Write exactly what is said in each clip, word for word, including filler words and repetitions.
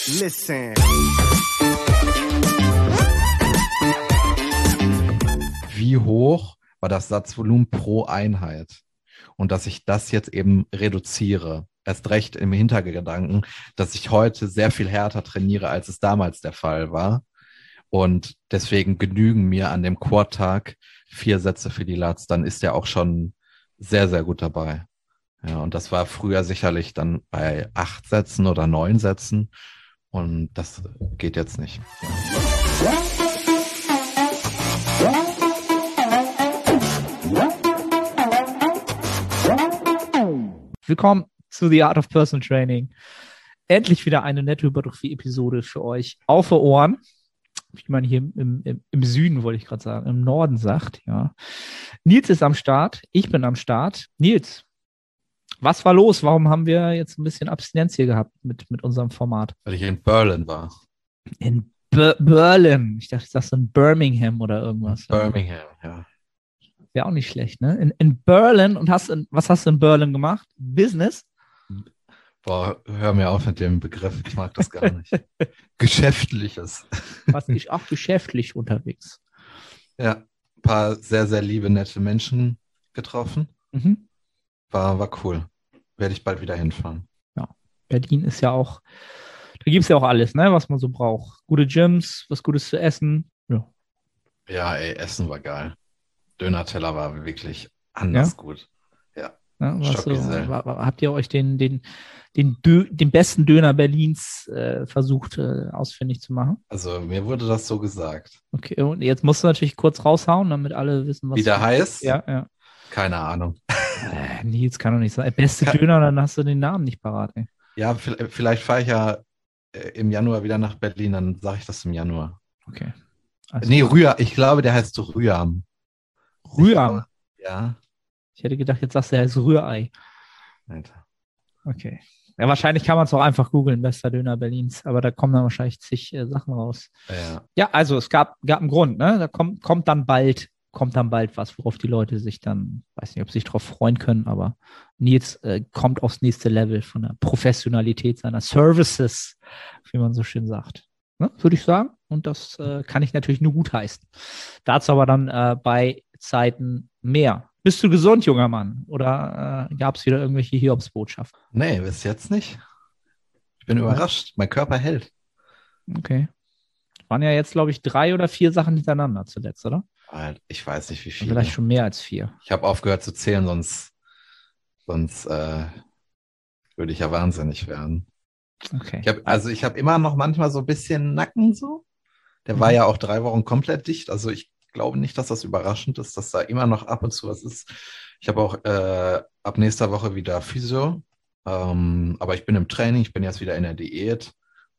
Listen. Wie hoch war das Satzvolumen pro Einheit? Und dass ich das jetzt eben reduziere. Erst recht im Hintergedanken, dass ich heute sehr viel härter trainiere, als es damals der Fall war. Und deswegen genügen mir an dem Quad-Tag vier Sätze für die Lats. Dann ist der auch schon sehr, sehr gut dabei. Ja, und das war früher sicherlich dann bei acht Sätzen oder neun Sätzen. Und das geht jetzt nicht. Ja. Willkommen zu The Art of Personal Training. Endlich wieder eine Netto-Hypertrophie-Episode für euch auf die Ohren. Wie man hier im, im, im Süden, wollte ich gerade sagen, im Norden sagt. Ja. Nils ist am Start, ich bin am Start. Nils, was war los? Warum haben wir jetzt ein bisschen Abstinenz hier gehabt mit, mit unserem Format? Weil ich in Berlin war. In Ber- Berlin. Ich dachte, ich sag's in Birmingham oder irgendwas. Birmingham, ja. Wäre auch nicht schlecht, ne? In, in Berlin. Und hast in, was hast du in Berlin gemacht? Business? Boah, hör mir auf mit dem Begriff. Ich mag das gar nicht. Geschäftliches. Warst du auch geschäftlich unterwegs? Ja, ein paar sehr, sehr liebe, nette Menschen getroffen. Mhm. War, war cool. Werde ich bald wieder hinfahren. Ja, Berlin ist ja auch, da gibt es ja auch alles, ne, was man so braucht. Gute Gyms, was Gutes zu essen. Ja. Ja, ey, Essen war geil. Döner-Teller war wirklich anders Ja? gut. Ja, Ja, was so, Stockgesell. wa- wa- habt ihr euch den, den, den, Dö, den besten Döner Berlins äh, versucht äh, ausfindig zu machen? Also mir wurde das so gesagt. Okay, und jetzt musst du natürlich kurz raushauen, damit alle wissen, was Wie der du- heißt? Ja, ja. Keine Ahnung. Äh, Nils kann doch nicht sein. Beste Kann- Döner, dann hast du den Namen nicht parat, ey. Ja, vi- vielleicht fahre ich ja äh, im Januar wieder nach Berlin, dann sage ich das im Januar. Okay. Also, Nee, Rühr, ich glaube, der heißt Rühram. Rühram. Ja. Ich hätte gedacht, jetzt sagst du, er heißt Rührei. Alter. Okay. Ja, wahrscheinlich kann man es auch einfach googeln, bester Döner Berlins, aber da kommen dann wahrscheinlich zig äh, Sachen raus. Ja. Ja, also es gab, gab einen Grund, ne? Da kommt, kommt dann bald, kommt dann bald was, worauf die Leute sich dann, weiß nicht, ob sie sich drauf freuen können, aber Nils äh, kommt aufs nächste Level von der Professionalität seiner Services, wie man so schön sagt. Ne? Würde ich sagen. Und das äh, kann ich natürlich nur gutheißen. Dazu aber dann äh, bei Zeiten mehr. Bist du gesund, junger Mann? Oder äh, gab es wieder irgendwelche Hiobsbotschaften? Nee, bis jetzt nicht. Ich bin überrascht. Mein Körper hält. Okay. Waren ja jetzt, glaube ich, drei oder vier Sachen hintereinander zuletzt, oder? Alter, ich weiß nicht, wie viele. Vielleicht schon mehr als vier. Ich habe aufgehört zu zählen, sonst, sonst äh, würde ich ja wahnsinnig werden. Okay. Ich hab, also ich habe immer noch manchmal so ein bisschen Nacken so. Der war Mhm. ja auch drei Wochen komplett dicht. Also ich glaube nicht, dass das überraschend ist, dass da immer noch ab und zu was ist. Ich habe auch äh, ab nächster Woche wieder Physio. Ähm, aber ich bin im Training, ich bin jetzt wieder in der Diät.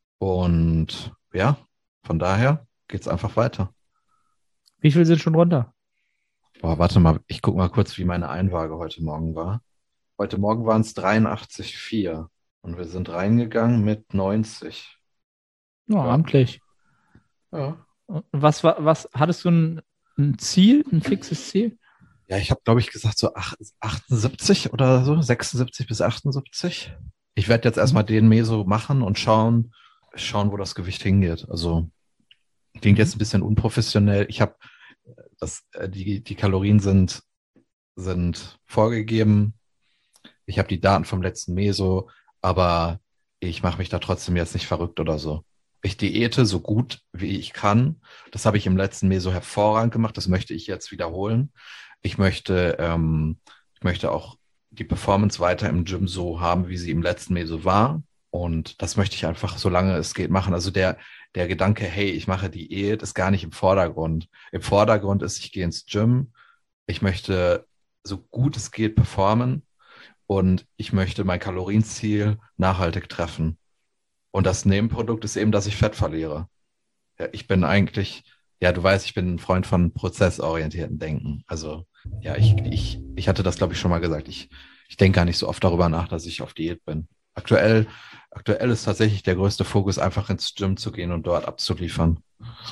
Und ja, von daher geht's einfach weiter. Wie viel sind schon runter? Boah, warte mal, ich gucke mal kurz, wie meine Einwaage heute Morgen war. Heute Morgen waren es dreiundachtzig Komma vier und wir sind reingegangen mit neunzig. Ja, Ja. amtlich. Ja. Und Was, war, was hattest du ein, ein Ziel, ein fixes Ziel? Ja, ich habe, glaube ich, gesagt so acht- achtundsiebzig oder so, sechsundsiebzig bis achtundsiebzig. Ich werde jetzt erstmal den Meso machen und schauen, schauen, wo das Gewicht hingeht. Also klingt jetzt ein bisschen unprofessionell. Ich habe das, äh, die, die Kalorien sind, sind vorgegeben. Ich habe die Daten vom letzten Meso, aber ich mache mich da trotzdem jetzt nicht verrückt oder so. Ich diete so gut, wie ich kann. Das habe ich im letzten Meso hervorragend gemacht. Das möchte ich jetzt wiederholen. Ich möchte, ähm, ich möchte auch die Performance weiter im Gym so haben, wie sie im letzten Meso war. Und das möchte ich einfach, solange es geht, machen. Also der, der Gedanke, hey, ich mache Diät, ist gar nicht im Vordergrund. Im Vordergrund ist, ich gehe ins Gym. Ich möchte so gut es geht performen. Und ich möchte mein Kalorienziel nachhaltig treffen. Und das Nebenprodukt ist eben, dass ich Fett verliere. Ja, ich bin eigentlich, ja, du weißt, ich bin ein Freund von prozessorientierten Denken. Also, ja, ich, ich, ich hatte das, glaube ich, schon mal gesagt. Ich, ich denke gar nicht so oft darüber nach, dass ich auf Diät bin. Aktuell, aktuell ist tatsächlich der größte Fokus, einfach ins Gym zu gehen und dort abzuliefern.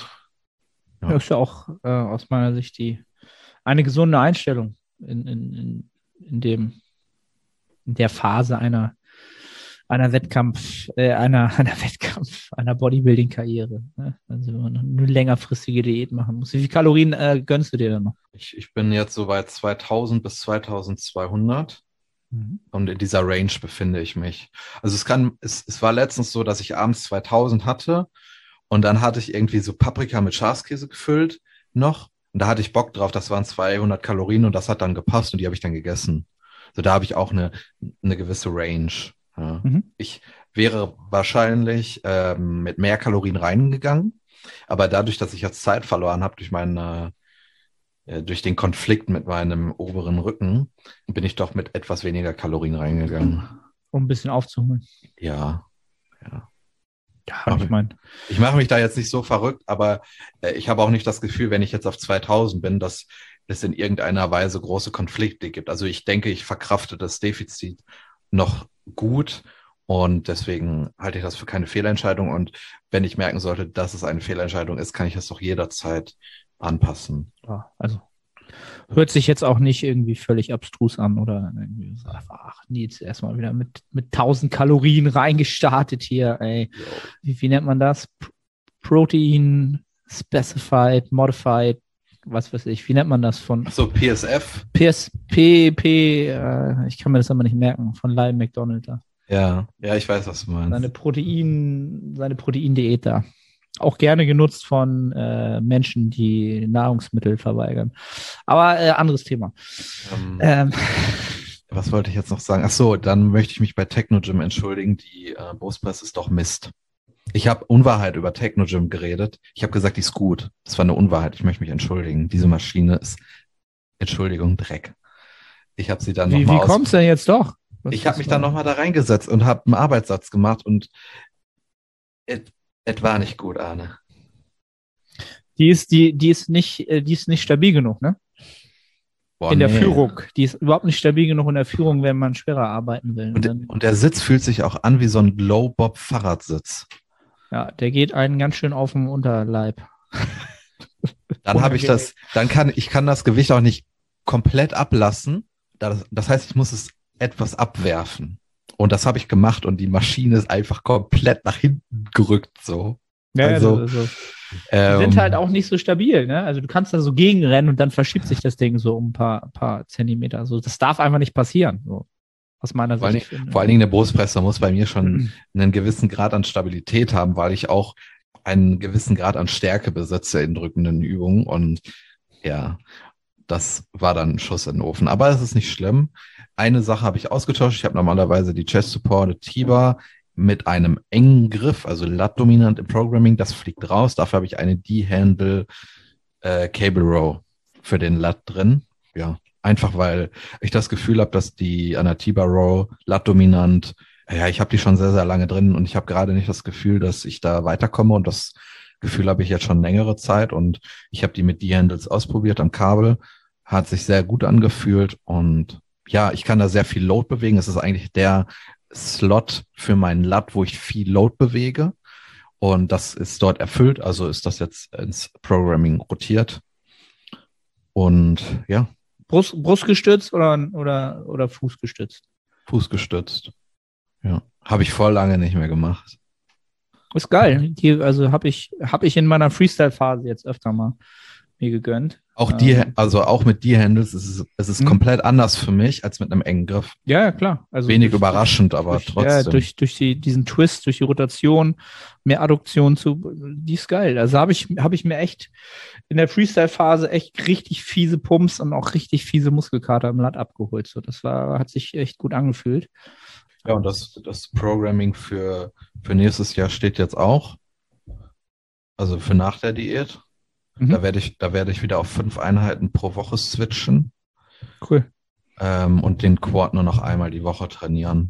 Ja. Ja, ist ja auch äh, aus meiner Sicht die eine gesunde Einstellung in, in, in, in dem in der Phase einer einer Wettkampf, äh, einer, einer Wettkampf, einer Bodybuilding-Karriere. Ne? Also wenn man eine längerfristige Diät machen muss. Wie viele Kalorien äh, gönnst du dir dann noch? Ich, ich bin jetzt so bei zweitausend bis zweitausendzweihundert. Mhm. Und in dieser Range befinde ich mich. Also es kann, es, es war letztens so, dass ich abends zweitausend hatte und dann hatte ich irgendwie so Paprika mit Schafskäse gefüllt noch. Und da hatte ich Bock drauf, das waren zweihundert Kalorien und das hat dann gepasst und die habe ich dann gegessen. So, da habe ich auch eine, eine gewisse Range. Ja. Mhm. Ich wäre wahrscheinlich ähm, mit mehr Kalorien reingegangen, aber dadurch, dass ich jetzt Zeit verloren habe durch meine, äh, durch den Konflikt mit meinem oberen Rücken, bin ich doch mit etwas weniger Kalorien reingegangen. Um ein bisschen aufzuholen. Ja, ja. Ja, ich meine. Ich mache mich da jetzt nicht so verrückt, aber äh, ich habe auch nicht das Gefühl, wenn ich jetzt auf zweitausend bin, dass es in irgendeiner Weise große Konflikte gibt. Also ich denke, ich verkrafte das Defizit noch gut und deswegen halte ich das für keine Fehlentscheidung. Und wenn ich merken sollte, dass es eine Fehlentscheidung ist, kann ich das doch jederzeit anpassen. Ja, also hört sich jetzt auch nicht irgendwie völlig abstrus an oder irgendwie so, ach, Nils, erstmal wieder mit, mit tausend Kalorien reingestartet hier, ey. Wie, wie nennt man das? P- Protein Specified, Modified, was weiß ich, wie nennt man das von Ach so, P S F? P S P, P, äh, ich kann mir das aber nicht merken, von Lyle McDonald da. Ja, ja, ich weiß, was du meinst. Seine Protein, seine Proteindiät da. Auch gerne genutzt von äh, Menschen, die Nahrungsmittel verweigern. Aber äh, anderes Thema. Ähm, Ähm, Was wollte ich jetzt noch sagen? Ach so, dann möchte ich mich bei Technogym entschuldigen. Die äh, Brustpresse ist doch Mist. Ich habe Unwahrheit über Technogym geredet. Ich habe gesagt, die ist gut. Das war eine Unwahrheit. Ich möchte mich entschuldigen. Diese Maschine ist, Entschuldigung, Dreck. Ich habe sie dann wie nochmal wie aus... kommt's denn jetzt doch? Was Ich habe ist mich das? dann nochmal da reingesetzt und habe einen Arbeitssatz gemacht und es war nicht gut, Arne. Die ist, die, die ist nicht, äh, die ist nicht stabil genug, ne? Boah, In der nee. Führung. Die ist überhaupt nicht stabil genug in der Führung, wenn man schwerer arbeiten will. Und Und, dann, und der Sitz fühlt sich auch an wie so ein Low-Bob-Fahrradsitz. ja, der geht einen ganz schön auf den Unterleib. Dann habe ich das, dann kann ich kann das Gewicht auch nicht komplett ablassen. Das, das heißt, ich muss es etwas abwerfen. Und das habe ich gemacht und die Maschine ist einfach komplett nach hinten gerückt so. Ja, also, also, also. ähm, Die sind halt auch nicht so stabil, ne? Also du kannst da so gegenrennen und dann verschiebt sich das Ding so um ein paar, paar Zentimeter. Also das darf einfach nicht passieren, so aus meiner vor, allen Sicht. Dingen, vor allen Dingen eine Brustpresse muss bei mir schon einen gewissen Grad an Stabilität haben, weil ich auch einen gewissen Grad an Stärke besitze in drückenden Übungen. Und ja, das war dann ein Schuss in den Ofen. Aber es ist nicht schlimm. Eine Sache habe ich ausgetauscht. Ich habe normalerweise die Chest Supported T-Bar mit einem engen Griff, also Lat-dominant im Programming. Das fliegt raus. Dafür habe ich eine D-Handle äh, Cable Row für den Lat drin. Ja, einfach weil ich das Gefühl habe, dass die an der T-Bar Row Lat-dominant, ja, ich habe die schon sehr, sehr lange drin und ich habe gerade nicht das Gefühl, dass ich da weiterkomme und das Gefühl habe ich jetzt schon längere Zeit und ich habe die mit D-Handles ausprobiert am Kabel, hat sich sehr gut angefühlt und ja, ich kann da sehr viel Load bewegen. Es ist eigentlich der Slot für meinen Lat, wo ich viel Load bewege und das ist dort erfüllt, also ist das jetzt ins Programming rotiert und ja. Brust, Brustgestützt oder, oder, oder Fußgestützt? Fußgestützt. Ja, habe ich voll lange nicht mehr gemacht. Ist geil. Die, also habe ich, hab ich in meiner Freestyle-Phase jetzt öfter mal mir gegönnt. Auch die, Ähm, also auch mit D-Handles ist es, es ist Mhm. komplett anders für mich als mit einem engen Griff. Ja, ja, klar. Also Wenig durch- überraschend, aber durch, trotzdem. Ja, durch, durch die, diesen Twist, durch die Rotation, mehr Adduktion zu, die ist geil. Also habe ich, hab ich mir echt in der Freestyle-Phase echt richtig fiese Pumps und auch richtig fiese Muskelkater im Lat abgeholt. So, das war, hat sich echt gut angefühlt. Ja, und das, das Programming für, für nächstes Jahr steht jetzt auch. Also für nach der Diät. Mhm. Da werde ich, da werde ich wieder auf fünf Einheiten pro Woche switchen. Cool. Ähm, und den Quad nur noch einmal die Woche trainieren.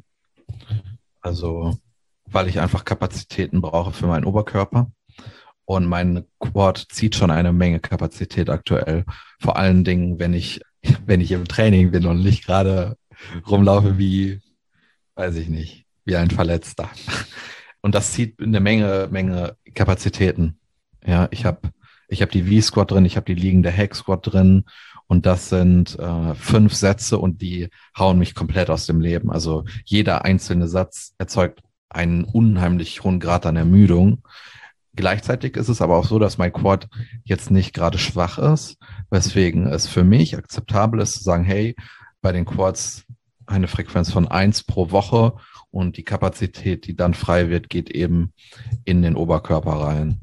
Also, weil ich einfach Kapazitäten brauche für meinen Oberkörper. Und mein Quad zieht schon eine Menge Kapazität aktuell. Vor allen Dingen, wenn ich, wenn ich im Training bin und nicht gerade rumlaufe wie, weiß ich nicht, wie ein Verletzter. Und das zieht eine Menge, Menge Kapazitäten. Ja, ich habe ich habe die V-Squat drin, ich habe die liegende Hack-Squat drin Und das sind äh, fünf Sätze und die hauen mich komplett aus dem Leben. Also jeder einzelne Satz erzeugt einen unheimlich hohen Grad an Ermüdung. Gleichzeitig ist es aber auch so, dass mein Quad jetzt nicht gerade schwach ist, weswegen es für mich akzeptabel ist zu sagen, hey, bei den Quads eine Frequenz von eins pro Woche und die Kapazität, die dann frei wird, geht eben in den Oberkörper rein.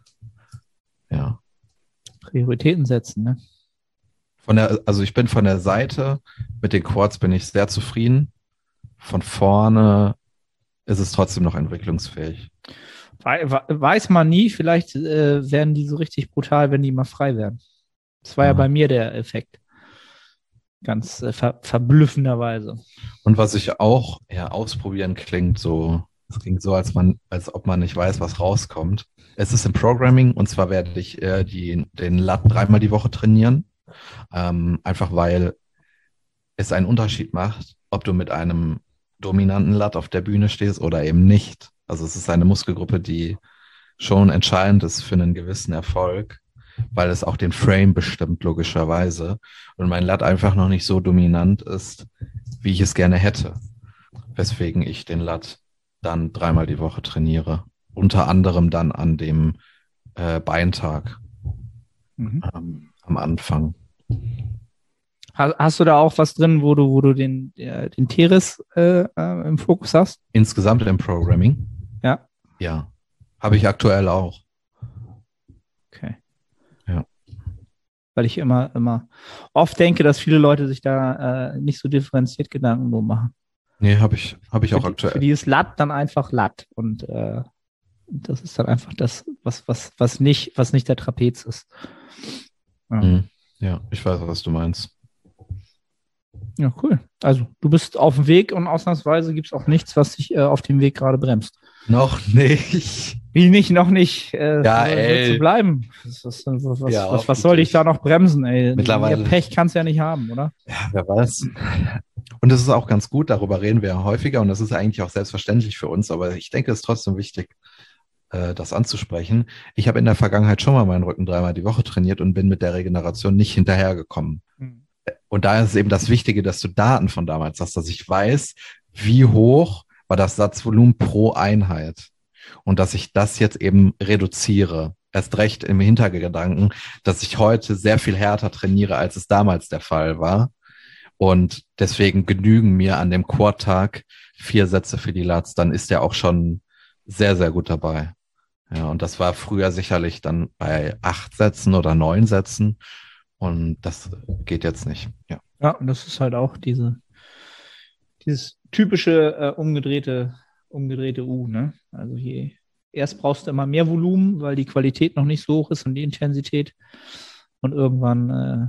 Ja. Prioritäten setzen, ne? Von der, also ich bin von der Seite, mit den Quads bin ich sehr zufrieden. Von vorne ist es trotzdem noch entwicklungsfähig. Weiß man nie, vielleicht äh, werden die so richtig brutal, wenn die mal frei werden. Das war ja, ja bei mir der Effekt. Ganz äh, ver verblüffenderweise. Und was ich auch ja, ausprobieren klingt so, es klingt so, als man, als ob man nicht weiß, was rauskommt. Es ist im Programming und zwar werde ich äh, die, den Lat dreimal die Woche trainieren. Ähm, einfach weil es einen Unterschied macht, ob du mit einem dominanten Lat auf der Bühne stehst oder eben nicht. Also es ist eine Muskelgruppe, die schon entscheidend ist für einen gewissen Erfolg, weil es auch den Frame bestimmt, logischerweise. Und mein Lat einfach noch nicht so dominant ist, wie ich es gerne hätte. Weswegen ich den Lat dann dreimal die Woche trainiere. Unter anderem dann an dem äh, Beintag mhm. ähm, am Anfang. Hast du da auch was drin, wo du, wo du den, äh, den Teres äh, äh, im Fokus hast? Insgesamt im Programming? Ja. Ja. Habe ich aktuell auch. Okay. Ja. Weil ich immer, immer oft denke, dass viele Leute sich da äh, nicht so differenziert Gedanken nur machen. Nee, habe ich, hab ich auch für aktuell. Die, für die ist Lat dann einfach Lat. Und äh, das ist dann einfach das, was, was, was, nicht, was nicht der Trapez ist. Ja. Mhm. Ja, ich weiß, was du meinst. Ja, cool. Also du bist auf dem Weg und ausnahmsweise gibt es auch nichts, was dich äh, auf dem Weg gerade bremst. Noch nicht. Wie nicht, noch nicht. Äh, ja, ey. Zu bleiben. Was, was, was, ja, was, was soll dich da noch bremsen, ey? Mittlerweile. Mehr Pech kannst du ja nicht haben, oder? Ja, wer weiß. Und das ist auch ganz gut, darüber reden wir ja häufiger und das ist eigentlich auch selbstverständlich für uns, aber ich denke, es ist trotzdem wichtig, äh, das anzusprechen. Ich habe in der Vergangenheit schon mal meinen Rücken dreimal die Woche trainiert und bin mit der Regeneration nicht hinterhergekommen. Mhm. Und da ist es eben das Wichtige, dass du Daten von damals hast, dass ich weiß, wie hoch war das Satzvolumen pro Einheit und dass ich das jetzt eben reduziere. Erst recht im Hintergedanken, dass ich heute sehr viel härter trainiere, als es damals der Fall war. Und deswegen genügen mir an dem Quad-Tag vier Sätze für die Lats, dann ist der auch schon sehr, sehr gut dabei. Ja, und das war früher sicherlich dann bei acht Sätzen oder neun Sätzen. Und das geht jetzt nicht. Ja, ja, und das ist halt auch diese, dieses typische äh, umgedrehte, umgedrehte U, ne? Also hier erst brauchst du immer mehr Volumen, weil die Qualität noch nicht so hoch ist und die Intensität. Und irgendwann äh,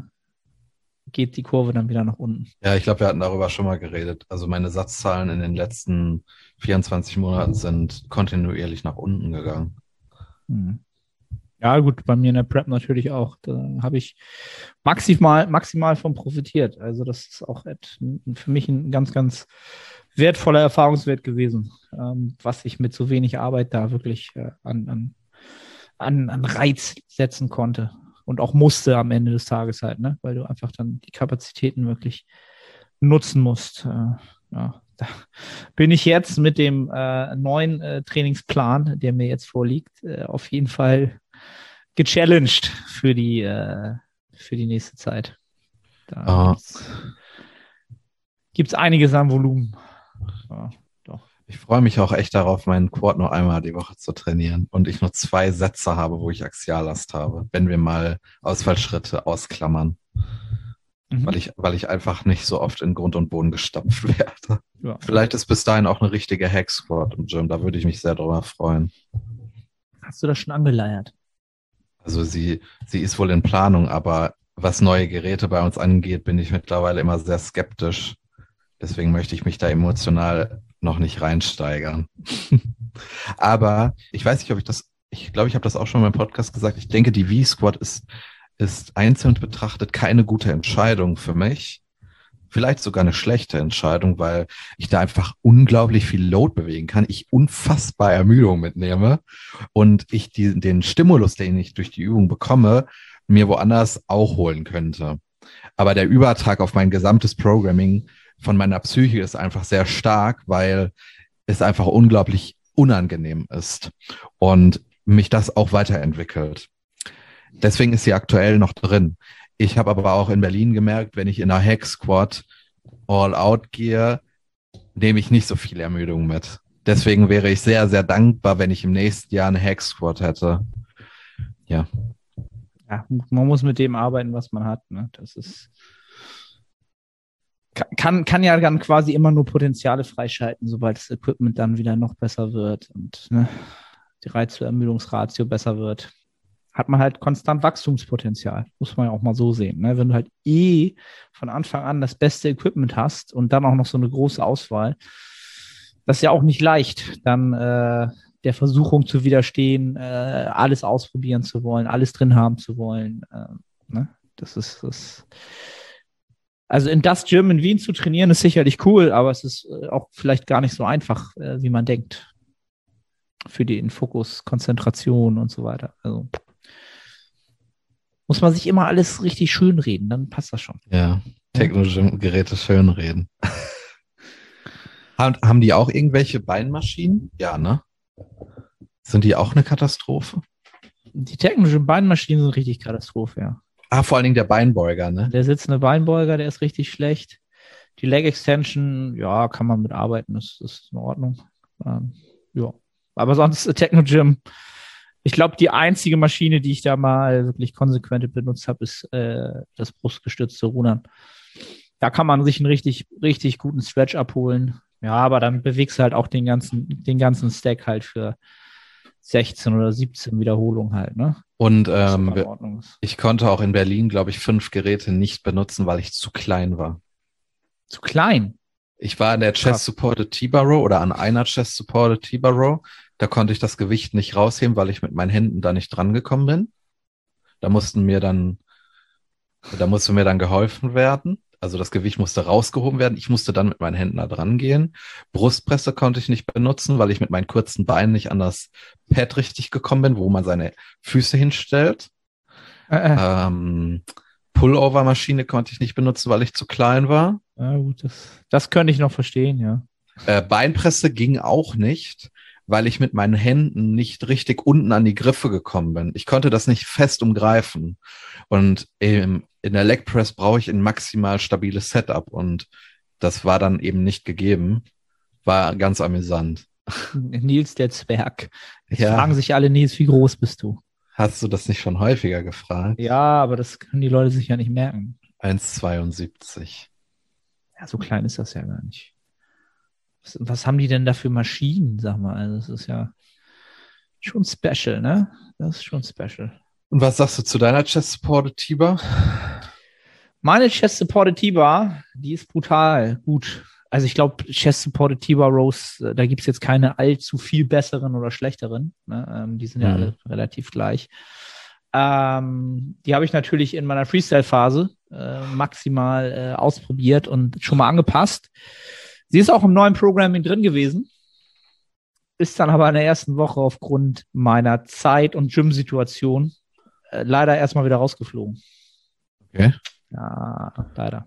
geht die Kurve dann wieder nach unten. Ja, ich glaube, wir hatten darüber schon mal geredet. Also meine Satzzahlen in den letzten vierundzwanzig Monaten sind kontinuierlich nach unten gegangen. Hm. Ja, gut, bei mir in der Prep natürlich auch. Da habe ich maximal, maximal von profitiert. Also das ist auch für mich ein ganz, ganz wertvoller Erfahrungswert gewesen, ähm, was ich mit so wenig Arbeit da wirklich äh, an, an, an, an Reiz setzen konnte. Und auch musste am Ende des Tages halt, ne? Weil du einfach dann die Kapazitäten wirklich nutzen musst. Äh, ja, da bin ich jetzt mit dem äh, neuen äh, Trainingsplan, der mir jetzt vorliegt, äh, auf jeden Fall gechallenged für die, äh, für die nächste Zeit. Da ah. gibt es einiges an Volumen. Ja, doch. Ich freue mich auch echt darauf, meinen Quad noch einmal die Woche zu trainieren und ich nur zwei Sätze habe, wo ich Axiallast habe, wenn wir mal Ausfallschritte ausklammern. Mhm. Weil ich, weil ich einfach nicht so oft in Grund und Boden gestapft werde. Ja. Vielleicht ist bis dahin auch eine richtige Hack-Squad im Gym, da würde ich mich sehr drüber freuen. Hast du das schon angeleiert? Also sie, sie ist wohl in Planung, aber was neue Geräte bei uns angeht, bin ich mittlerweile immer sehr skeptisch. Deswegen möchte ich mich da emotional noch nicht reinsteigern. Aber ich weiß nicht, ob ich das, ich glaube, ich habe das auch schon in meinem Podcast gesagt, ich denke, die V-Squad ist, ist einzeln betrachtet keine gute Entscheidung für mich. Vielleicht sogar eine schlechte Entscheidung, weil ich da einfach unglaublich viel Load bewegen kann, ich unfassbar Ermüdung mitnehme und ich die, den Stimulus, den ich durch die Übung bekomme, mir woanders auch holen könnte. Aber der Übertrag auf mein gesamtes Programming von meiner Psyche ist einfach sehr stark, weil es einfach unglaublich unangenehm ist und mich das auch weiterentwickelt. Deswegen ist sie aktuell noch drin. Ich habe aber auch in Berlin gemerkt, wenn ich in einer Hack Squad all out gehe, nehme ich nicht so viel Ermüdung mit. Deswegen wäre ich sehr, sehr dankbar, wenn ich im nächsten Jahr eine Hack Squad hätte. Ja. Ja, man muss mit dem arbeiten, was man hat. Ne? Das ist kann, kann ja dann quasi immer nur Potenziale freischalten, sobald das Equipment dann wieder noch besser wird und ne, die Reiz-zu-Ermüdungsratio besser wird. Hat man halt konstant Wachstumspotenzial. Muss man ja auch mal so sehen. Ne? Wenn du halt eh von Anfang an das beste Equipment hast und dann auch noch so eine große Auswahl, das ist ja auch nicht leicht, dann äh, der Versuchung zu widerstehen, äh, alles ausprobieren zu wollen, alles drin haben zu wollen. Äh, ne? Das ist das. Also in das Gym in Wien zu trainieren, ist sicherlich cool, aber es ist äh, auch vielleicht gar nicht so einfach, äh, wie man denkt. Für den Fokus, Konzentration und so weiter. Also muss man sich immer alles richtig schön reden, dann passt das schon. Ja, Techno-Gym-Geräte schönreden. haben, haben die auch irgendwelche Beinmaschinen? Ja, ne? Sind die auch eine Katastrophe? Die Techno-Gym-Beinmaschinen sind richtig Katastrophe, ja. Ah, vor allen Dingen der Beinbeuger, ne? Der sitzende Beinbeuger, der ist richtig schlecht. Die Leg Extension, ja, kann man mitarbeiten, das, das ist in Ordnung. Ähm, ja. Aber sonst äh, Techno-Gym, ich glaube, die einzige Maschine, die ich da mal wirklich konsequent benutzt habe, ist äh, das brustgestützte Rudern. Da kann man sich einen richtig, richtig guten Stretch abholen. Ja, aber dann bewegst du halt auch den ganzen, den ganzen Stack halt für sechzehn oder siebzehn Wiederholungen halt, ne? Und ähm, ich konnte auch in Berlin, glaube ich, fünf Geräte nicht benutzen, weil ich zu klein war. Zu klein? Ich war an der Chest-Supported T-Bar Row oder an einer Chest-Supported T-Bar Row. Da konnte ich das Gewicht nicht rausheben, weil ich mit meinen Händen da nicht dran gekommen bin. Da mussten mir dann, da musste mir dann geholfen werden. Also das Gewicht musste rausgehoben werden. Ich musste dann mit meinen Händen da dran gehen. Brustpresse konnte ich nicht benutzen, weil ich mit meinen kurzen Beinen nicht an das Pad richtig gekommen bin, wo man seine Füße hinstellt. Äh, äh. Ähm, Pullover-Maschine konnte ich nicht benutzen, weil ich zu klein war. Ja, gut, das, das könnte ich noch verstehen, ja. Äh, Beinpresse ging auch nicht, weil ich mit meinen Händen nicht richtig unten an die Griffe gekommen bin. Ich konnte das nicht fest umgreifen. Und im, in der Leg Press brauche ich ein maximal stabiles Setup und das war dann eben nicht gegeben. War ganz amüsant. Nils der Zwerg. Jetzt ja. fragen sich alle, Nils, wie groß bist du? Hast du das nicht schon häufiger gefragt? Ja, aber das können die Leute sich ja nicht merken. eins Komma zweiundsiebzig. Ja, so klein ist das ja gar nicht. Was, was haben die denn da für Maschinen, sag mal? Also das ist ja schon special, ne? Das ist schon special. Und was sagst du zu deiner Chest-Supported T-Bar? Meine Chest-Supported T-Bar, die ist brutal gut. Also ich glaube, Chest-Supported T-Bar Rows, da gibt es jetzt keine allzu viel besseren oder schlechteren. Ne? Ähm, die sind ja mhm. alle relativ gleich. Ähm, die habe ich natürlich in meiner Freestyle-Phase äh, maximal äh, ausprobiert und schon mal angepasst. Sie ist auch im neuen Programming drin gewesen, ist dann aber in der ersten Woche aufgrund meiner Zeit- und Gym-Situation äh, leider erstmal wieder rausgeflogen. Okay. Ja, leider.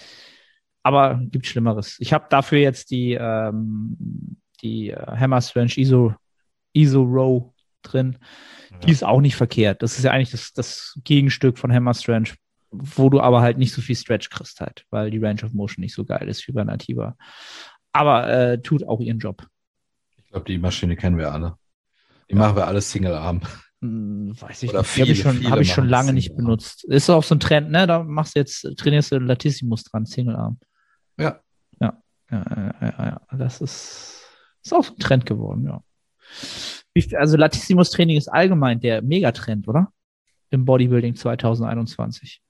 Aber gibt Schlimmeres. Ich habe dafür jetzt die, ähm, die uh, Hammer Strength ISO, ISO Row drin. Ja. Die ist auch nicht verkehrt. Das ist ja eigentlich das, das Gegenstück von Hammer Strength, wo du aber halt nicht so viel Stretch kriegst halt, weil die Range of Motion nicht so geil ist wie bei Nativa. Aber äh, tut auch ihren Job. Ich glaube, die Maschine kennen wir alle. Die ja. machen wir alles Single-Arm. Hm, weiß ich Oder nicht. Viele, habe ich schon, hab ich schon lange nicht benutzt. Ist auch so ein Trend, ne? Da machst du jetzt, trainierst du Latissimus dran, Single-Arm. Ja. Ja. Ja, ja, ja, ja. Das ist, ist auch so ein Trend geworden, ja. Also Latissimus-Training ist allgemein der Megatrend, oder? Im Bodybuilding zwanzig einundzwanzig.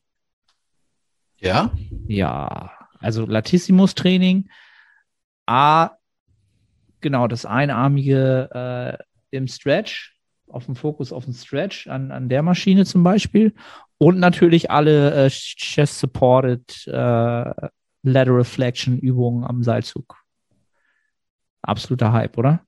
Ja? Ja. Also Latissimus-Training, A, genau, das einarmige äh, im Stretch, auf dem Fokus auf den Stretch, an, an der Maschine zum Beispiel. Und natürlich alle äh, Chest-Supported äh, Lateral Flexion Übungen am Seilzug. Absoluter Hype, oder?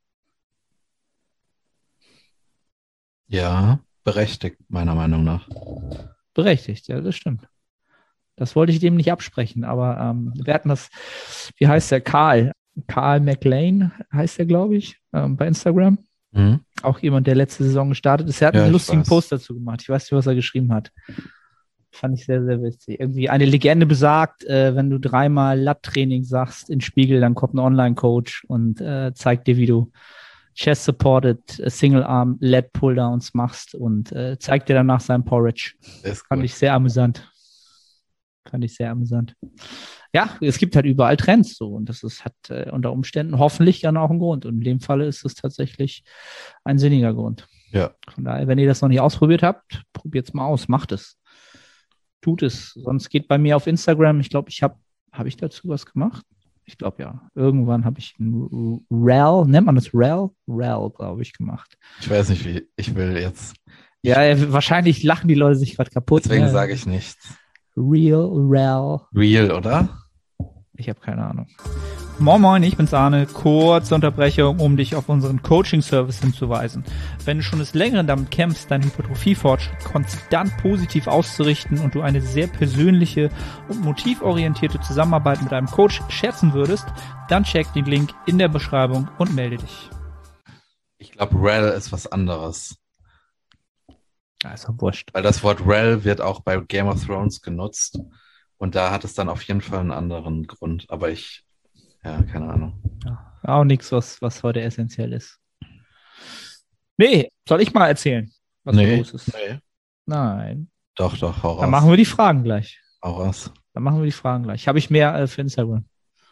Ja, berechtigt, meiner Meinung nach. Berechtigt, ja, das stimmt. Das wollte ich dem nicht absprechen, aber ähm, wir hatten das, wie heißt der, Karl? Karl McLean heißt der, glaube ich, ähm, bei Instagram. Mhm. Auch jemand, der letzte Saison gestartet ist. Er hat Ja, einen ich lustigen weiß. Post dazu gemacht. Ich weiß nicht, was er geschrieben hat. Fand ich sehr, sehr witzig. Irgendwie eine Legende besagt, äh, wenn du dreimal Lat-Training sagst in Spiegel, dann kommt ein Online-Coach und äh, zeigt dir, wie du Chest-Supported äh, Single-Arm Lat Pull-Downs machst und äh, zeigt dir danach sein Porridge. Ist Fand gut. ich sehr amüsant. Fand ich sehr amüsant. Ja, es gibt halt überall Trends so und das ist, hat äh, unter Umständen hoffentlich dann auch einen Grund. Und in dem Falle ist es tatsächlich ein sinniger Grund. Ja. Von daher, wenn ihr das noch nicht ausprobiert habt, probiert es mal aus, macht es. Tut es. Sonst geht bei mir auf Instagram, ich glaube, ich habe, habe ich dazu was gemacht? Ich glaube ja. Irgendwann habe ich ein Rel, nennt man das Rel? Rel, glaube ich, gemacht. Ich weiß nicht, wie, ich will jetzt. Ich, Ja, ja, wahrscheinlich lachen die Leute sich gerade kaputt. Deswegen ne? sage ich nichts. Real, Rel. Real, oder? Ich habe keine Ahnung. Moin Moin, ich bin's Arne. Kurze Unterbrechung, um dich auf unseren Coaching-Service hinzuweisen. Wenn du schon des Längeren damit kämpfst, deinen Hypertrophie-Fortschritt konstant positiv auszurichten und du eine sehr persönliche und motivorientierte Zusammenarbeit mit einem Coach schätzen würdest, dann check den Link in der Beschreibung und melde dich. Ich glaube, Rel ist was anderes. Ja, ist doch wurscht. Weil das Wort Rel wird auch bei Game of Thrones genutzt. Und da hat es dann auf jeden Fall einen anderen Grund. Aber ich, ja, keine Ahnung. Ja, auch nichts, was, was heute essentiell ist. Nee, soll ich mal erzählen, was nee, los ist? Nee. Nein. Doch, doch, hau raus. Dann machen wir die Fragen gleich. Hau raus. Dann machen wir die Fragen gleich. Habe ich mehr äh, für Instagram?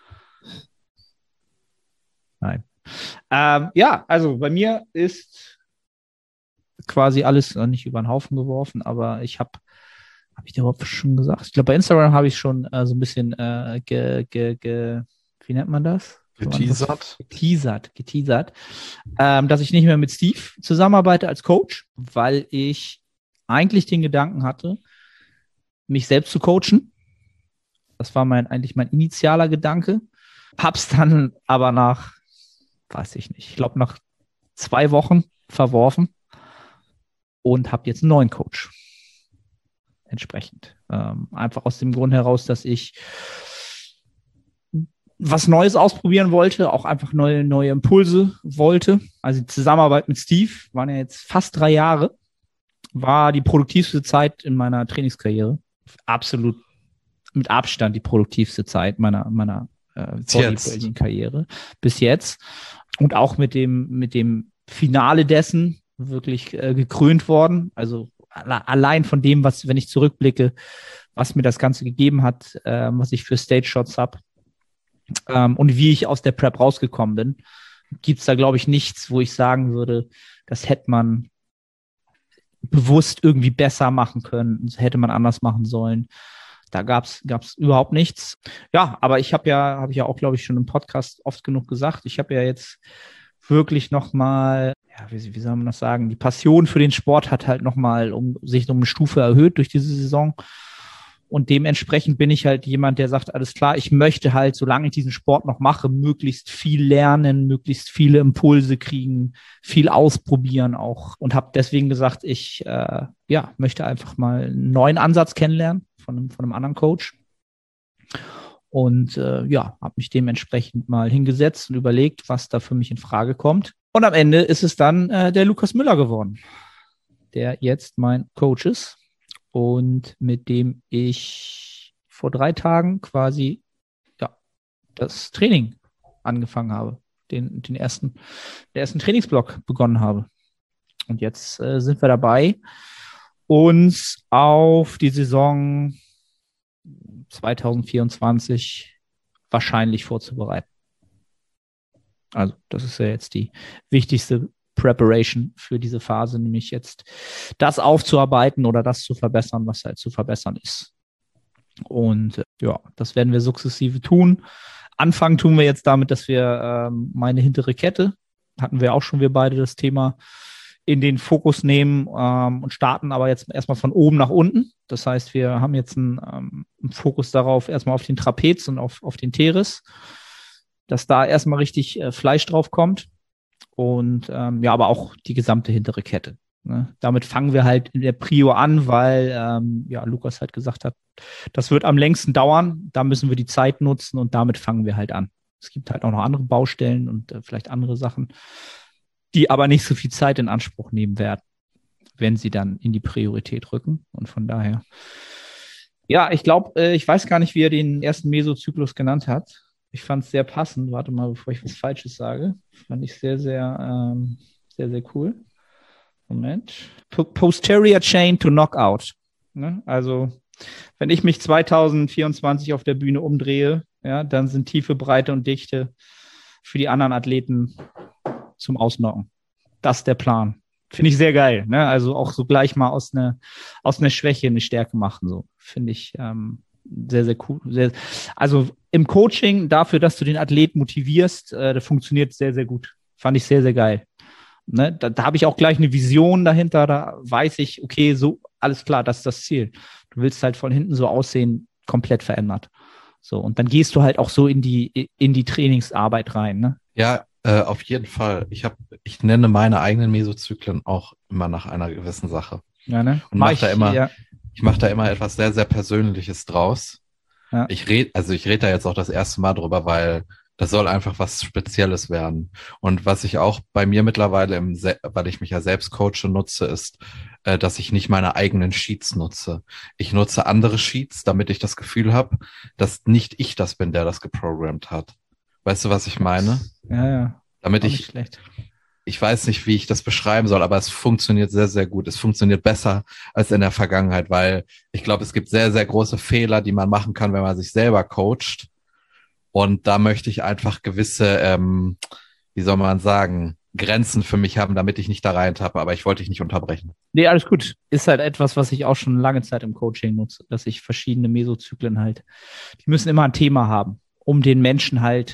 Nein. Ähm, ja, also bei mir ist quasi alles äh, nicht über den Haufen geworfen, aber ich habe, habe ich dir überhaupt schon gesagt? Ich glaube, bei Instagram habe ich schon äh, so ein bisschen, äh, ge, ge, ge, wie nennt man das? Geteasert? Geteasert, geteasert, ähm, dass ich nicht mehr mit Steve zusammenarbeite als Coach, weil ich eigentlich den Gedanken hatte, mich selbst zu coachen. Das war mein eigentlich mein initialer Gedanke. Hab's dann aber nach, weiß ich nicht, ich glaube nach zwei Wochen verworfen und habe jetzt einen neuen Coach. Entsprechend. Ähm, einfach aus dem Grund heraus, dass ich was Neues ausprobieren wollte, auch einfach neue, neue Impulse wollte. Also die Zusammenarbeit mit Steve waren ja jetzt fast drei Jahre, war die produktivste Zeit in meiner Trainingskarriere. Absolut mit Abstand die produktivste Zeit meiner, meiner äh, Bodybuilding-Karriere bis jetzt. Und auch mit dem, mit dem Finale dessen wirklich äh, gekrönt worden. Also alle, allein von dem, was, wenn ich zurückblicke, was mir das Ganze gegeben hat, äh, was ich für Stage-Shots habe, Ähm, und wie ich aus der Prep rausgekommen bin, gibt es da, glaube ich, nichts, wo ich sagen würde, das hätte man bewusst irgendwie besser machen können, das hätte man anders machen sollen. Da gab es überhaupt nichts. Ja, aber ich habe ja, habe ich ja auch, glaube ich, schon im Podcast oft genug gesagt, ich habe ja jetzt wirklich nochmal, ja, wie, wie soll man das sagen, die Passion für den Sport hat halt nochmal um, sich um eine Stufe erhöht durch diese Saison. Und dementsprechend bin ich halt jemand, der sagt, alles klar, ich möchte halt, solange ich diesen Sport noch mache, möglichst viel lernen, möglichst viele Impulse kriegen, viel ausprobieren auch. Und habe deswegen gesagt, ich äh, ja, möchte einfach mal einen neuen Ansatz kennenlernen von einem, von einem anderen Coach. Und äh, ja, habe mich dementsprechend mal hingesetzt und überlegt, was da für mich in Frage kommt. Und am Ende ist es dann äh, der Lukas Müller geworden, der jetzt mein Coach ist. Und mit dem ich vor drei Tagen quasi ja, das Training angefangen habe, den, den ersten, den ersten Trainingsblock begonnen habe. Und jetzt äh, sind wir dabei, uns auf die Saison zwanzig vierundzwanzig wahrscheinlich vorzubereiten. Also das ist ja jetzt die wichtigste Preparation für diese Phase, nämlich jetzt das aufzuarbeiten oder das zu verbessern, was halt zu verbessern ist. Und ja, das werden wir sukzessive tun. Anfangen tun wir jetzt damit, dass wir ähm, meine hintere Kette, hatten wir auch schon wir beide das Thema, in den Fokus nehmen ähm, und starten aber jetzt erstmal von oben nach unten. Das heißt, wir haben jetzt einen, ähm, einen Fokus darauf, erstmal auf den Trapez und auf, auf den Teres, dass da erstmal richtig äh, Fleisch drauf kommt. Und ähm, ja, aber auch die gesamte hintere Kette. Ne? Damit fangen wir halt in der Prio an, weil ähm, ja, Lukas halt gesagt hat, das wird am längsten dauern, da müssen wir die Zeit nutzen und damit fangen wir halt an. Es gibt halt auch noch andere Baustellen und äh, vielleicht andere Sachen, die aber nicht so viel Zeit in Anspruch nehmen werden, wenn sie dann in die Priorität rücken. Und von daher, ja, ich glaube, äh, ich weiß gar nicht, wie er den ersten Mesozyklus genannt hat. Ich fand es sehr passend. Warte mal, bevor ich was Falsches sage. Fand ich sehr, sehr, ähm, sehr, sehr cool. Moment. P- Posterior Chain to Knockout. Ne? Also, wenn ich mich zwanzig vierundzwanzig auf der Bühne umdrehe, ja, dann sind Tiefe, Breite und Dichte für die anderen Athleten zum Ausnocken. Das ist der Plan. Finde ich sehr geil. Ne? Also auch so gleich mal aus einer aus einer Schwäche eine Stärke machen. So finde ich ähm, sehr, sehr cool. Sehr, also im Coaching dafür, dass du den Athleten motivierst, äh, das funktioniert sehr, sehr gut. Fand ich sehr, sehr geil. Ne, da da habe ich auch gleich eine Vision dahinter, da weiß ich, okay, so, alles klar, das ist das Ziel. Du willst halt von hinten so aussehen, komplett verändert. So, und dann gehst du halt auch so in die, in die Trainingsarbeit rein, ne? Ja, äh, auf jeden Fall. Ich habe, ich nenne meine eigenen Mesozyklen auch immer nach einer gewissen Sache. Ja, ne? Und Mach mache ich, da immer, ja, ich mache da immer etwas sehr, sehr Persönliches draus. ja. Ich rede, also ich rede da jetzt auch das erste Mal drüber, weil das soll einfach was Spezielles werden. Und was ich auch bei mir mittlerweile, im, Se- weil ich mich ja selbst coache, nutze, ist, äh, dass ich nicht meine eigenen Sheets nutze. Ich nutze andere Sheets, damit ich das Gefühl habe, dass nicht ich das bin, der das geprogrammt hat. Weißt du, was ich meine? Ja, ja. Damit Auch nicht ich, schlecht. ich weiß nicht, wie ich das beschreiben soll, aber es funktioniert sehr, sehr gut. Es funktioniert besser als in der Vergangenheit, weil ich glaube, es gibt sehr, sehr große Fehler, die man machen kann, wenn man sich selber coacht. Und da möchte ich einfach gewisse, ähm, wie soll man sagen, Grenzen für mich haben, damit ich nicht da reintappe. Aber ich wollte dich nicht unterbrechen. Nee, alles gut. Ist halt etwas, was ich auch schon lange Zeit im Coaching nutze, dass ich verschiedene Mesozyklen halt, die müssen immer ein Thema haben, um den Menschen halt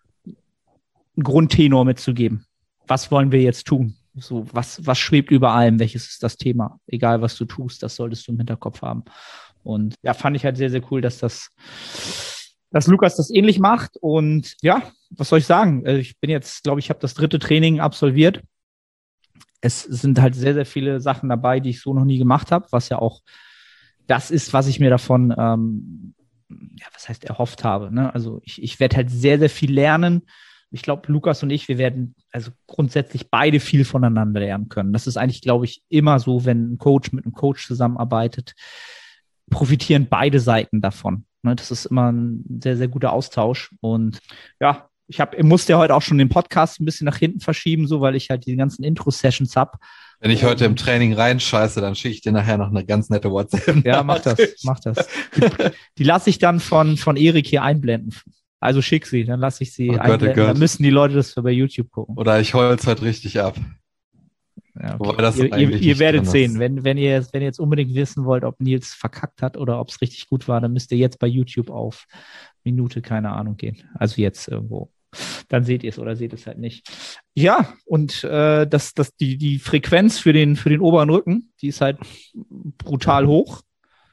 einen Grundtenor mitzugeben. Was wollen wir jetzt tun? So, was, was schwebt über allem? Welches ist das Thema? Egal, was du tust, das solltest du im Hinterkopf haben. Und ja, fand ich halt sehr, sehr cool, dass das, dass Lukas das ähnlich macht. Und ja, was soll ich sagen? Ich bin jetzt, glaube ich, habe das dritte Training absolviert. Es sind halt sehr, sehr viele Sachen dabei, die ich so noch nie gemacht habe, was ja auch das ist, was ich mir davon, ähm, ja, was heißt erhofft habe. Ne? Also ich, ich werde halt sehr, sehr viel lernen. Ich glaube, Lukas und ich, wir werden also grundsätzlich beide viel voneinander lernen können. Das ist eigentlich, glaube ich, immer so, wenn ein Coach mit einem Coach zusammenarbeitet, profitieren beide Seiten davon. Ne, das ist immer ein sehr, sehr guter Austausch. Und ja, ich habe, ich musste ja heute auch schon den Podcast ein bisschen nach hinten verschieben, so weil ich halt die ganzen Intro-Sessions habe. Wenn ich heute im Training reinscheiße, dann schicke ich dir nachher noch eine ganz nette WhatsApp. Ja, mach das, mach das. Die, die lasse ich dann von, von Erik hier einblenden. Also schick sie, dann lasse ich sie Oh Gott, einblenden. oh Gott. Dann müssen die Leute das bei YouTube gucken. Oder ich hol's halt richtig ab. Ja, okay. Wobei das ihr, ihr, eigentlich ihr nicht werdet drin sehen, ist. wenn, wenn, ihr, wenn ihr jetzt unbedingt wissen wollt, ob Nils verkackt hat oder ob es richtig gut war, dann müsst ihr jetzt bei YouTube auf Minute, keine Ahnung, gehen. Also jetzt irgendwo. Dann seht ihr es oder seht es halt nicht. Ja, und äh, das, das, die, die Frequenz für den, für den oberen Rücken, die ist halt brutal hoch.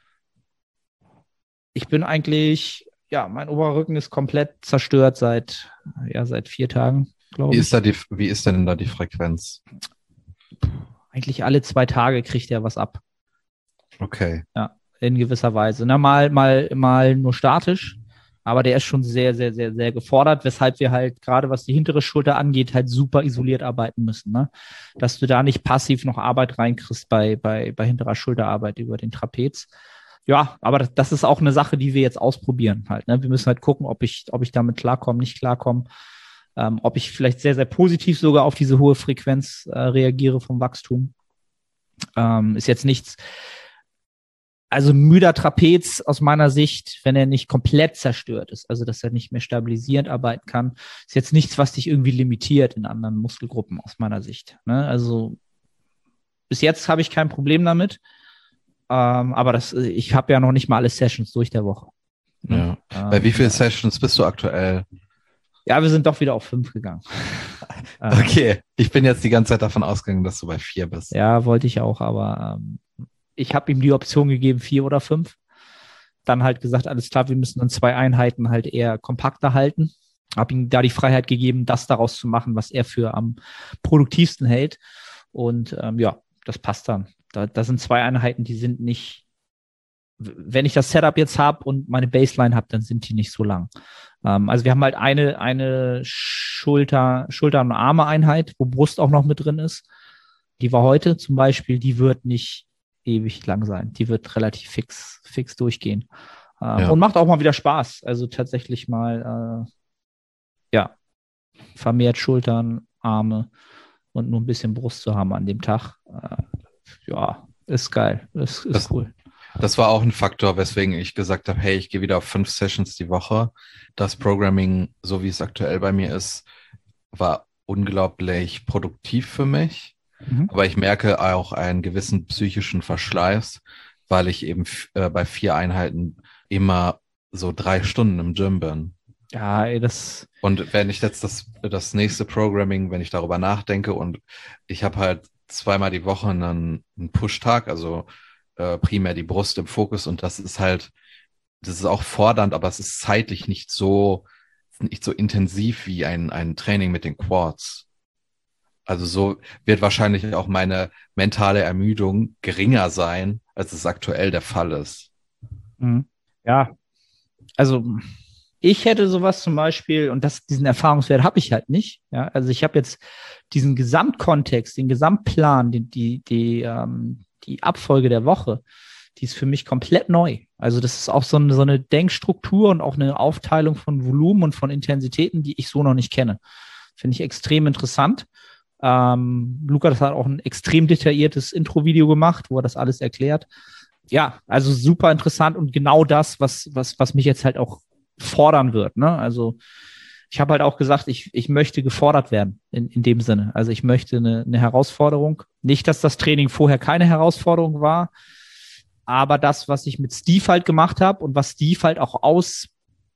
Ich bin eigentlich, ja, mein oberer Rücken ist komplett zerstört seit, ja, seit vier Tagen, glaube Wie ich. ist da die, wie ist denn da die Frequenz? Eigentlich alle zwei Tage kriegt er was ab. Okay. Ja, in gewisser Weise. Na, mal, mal, mal nur statisch, aber der ist schon sehr, sehr, sehr, sehr gefordert, weshalb wir halt gerade, was die hintere Schulter angeht, halt super isoliert arbeiten müssen, ne? Dass du da nicht passiv noch Arbeit reinkriegst bei, bei, bei hinterer Schulterarbeit über den Trapez. Ja, aber das, das ist auch eine Sache, die wir jetzt ausprobieren halt, ne? Wir müssen halt gucken, ob ich, ob ich damit klarkomme, nicht klarkomme, ähm, ob ich vielleicht sehr, sehr positiv sogar auf diese hohe Frequenz äh, reagiere vom Wachstum. Ähm, ist jetzt nichts, also ein müder Trapez aus meiner Sicht, wenn er nicht komplett zerstört ist, also dass er nicht mehr stabilisierend arbeiten kann, ist jetzt nichts, was dich irgendwie limitiert in anderen Muskelgruppen aus meiner Sicht. Ne? Also bis jetzt habe ich kein Problem damit, ähm, aber das, ich habe ja noch nicht mal alle Sessions durch der Woche. Ja. Ähm, Bei wie vielen Sessions bist du aktuell? Ja, wir sind doch wieder auf fünf gegangen. Okay, ich bin jetzt die ganze Zeit davon ausgegangen, dass du bei vier bist. Ja, wollte ich auch, aber ähm, ich habe ihm die Option gegeben, vier oder fünf. Dann halt gesagt, alles klar, wir müssen dann zwei Einheiten halt eher kompakter halten. Habe ihm da die Freiheit gegeben, das daraus zu machen, was er für am produktivsten hält. Und ähm, ja, das passt dann. Da, das sind zwei Einheiten, die sind nicht, wenn ich das Setup jetzt habe und meine Baseline habe, dann sind die nicht so lang. Ähm, also wir haben halt eine, eine Schulter, Schulter- und Arme-Einheit, wo Brust auch noch mit drin ist. Die war heute zum Beispiel, die wird nicht ewig lang sein. Die wird relativ fix, fix durchgehen. Ähm, ja. Und macht auch mal wieder Spaß. Also tatsächlich mal, äh, ja, vermehrt Schultern, Arme und nur ein bisschen Brust zu haben an dem Tag. Äh, ja, ist geil. Ist, ist das, cool. Das war auch ein Faktor, weswegen ich gesagt habe, hey, ich gehe wieder auf fünf Sessions die Woche. Das Programming, so wie es aktuell bei mir ist, war unglaublich produktiv für mich. Mhm. Aber ich merke auch einen gewissen psychischen Verschleiß, weil ich eben äh, bei vier Einheiten immer so drei Stunden im Gym bin. Ja, ey, das. Und wenn ich jetzt das, das nächste Programming, wenn ich darüber nachdenke und ich habe halt zweimal die Woche einen, einen Push-Tag, also äh, primär die Brust im Fokus und das ist halt, das ist auch fordernd, aber es ist zeitlich nicht so, nicht so intensiv wie ein, ein Training mit den Quads. Also so wird wahrscheinlich auch meine mentale Ermüdung geringer sein, als es aktuell der Fall ist. Mhm. Ja, also ich hätte sowas zum Beispiel, und das, diesen Erfahrungswert habe ich halt nicht. Ja, also ich habe jetzt diesen Gesamtkontext, den Gesamtplan, die, die, die, ähm, die Abfolge der Woche, die ist für mich komplett neu. Also das ist auch so eine, so eine Denkstruktur und auch eine Aufteilung von Volumen und von Intensitäten, die ich so noch nicht kenne. Finde ich extrem interessant. Ähm, Lukas hat auch ein extrem detailliertes Intro-Video gemacht, wo er das alles erklärt. Ja, also super interessant und genau das, was, was, was mich jetzt halt auch fordern wird. Ne? Also ich habe halt auch gesagt, ich, ich möchte gefordert werden in, in dem Sinne. Also ich möchte eine, eine Herausforderung. Nicht, dass das Training vorher keine Herausforderung war, aber das, was ich mit Steve halt gemacht habe und was Steve halt auch aus,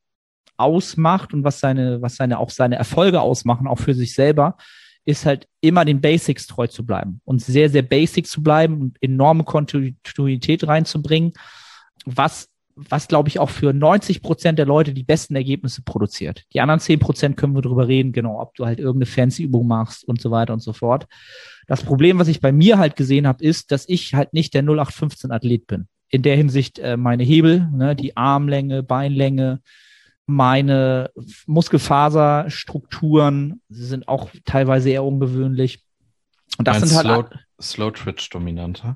ausmacht und was seine, was seine, auch seine Erfolge ausmachen, auch für sich selber, ist halt immer den Basics treu zu bleiben und sehr, sehr basic zu bleiben und enorme Kontinuität reinzubringen, was was, glaube ich, auch für neunzig Prozent der Leute die besten Ergebnisse produziert. Die anderen zehn Prozent können wir drüber reden, genau, ob du halt irgendeine fancy Übung machst und so weiter und so fort. Das Problem, was ich bei mir halt gesehen habe, ist, dass ich halt nicht der null acht fünfzehn Athlet bin. In der Hinsicht äh, meine Hebel, ne, die Armlänge, Beinlänge, meine Muskelfaserstrukturen sind auch teilweise eher ungewöhnlich. Und das sind halt Slow, Slow Twitch dominanter?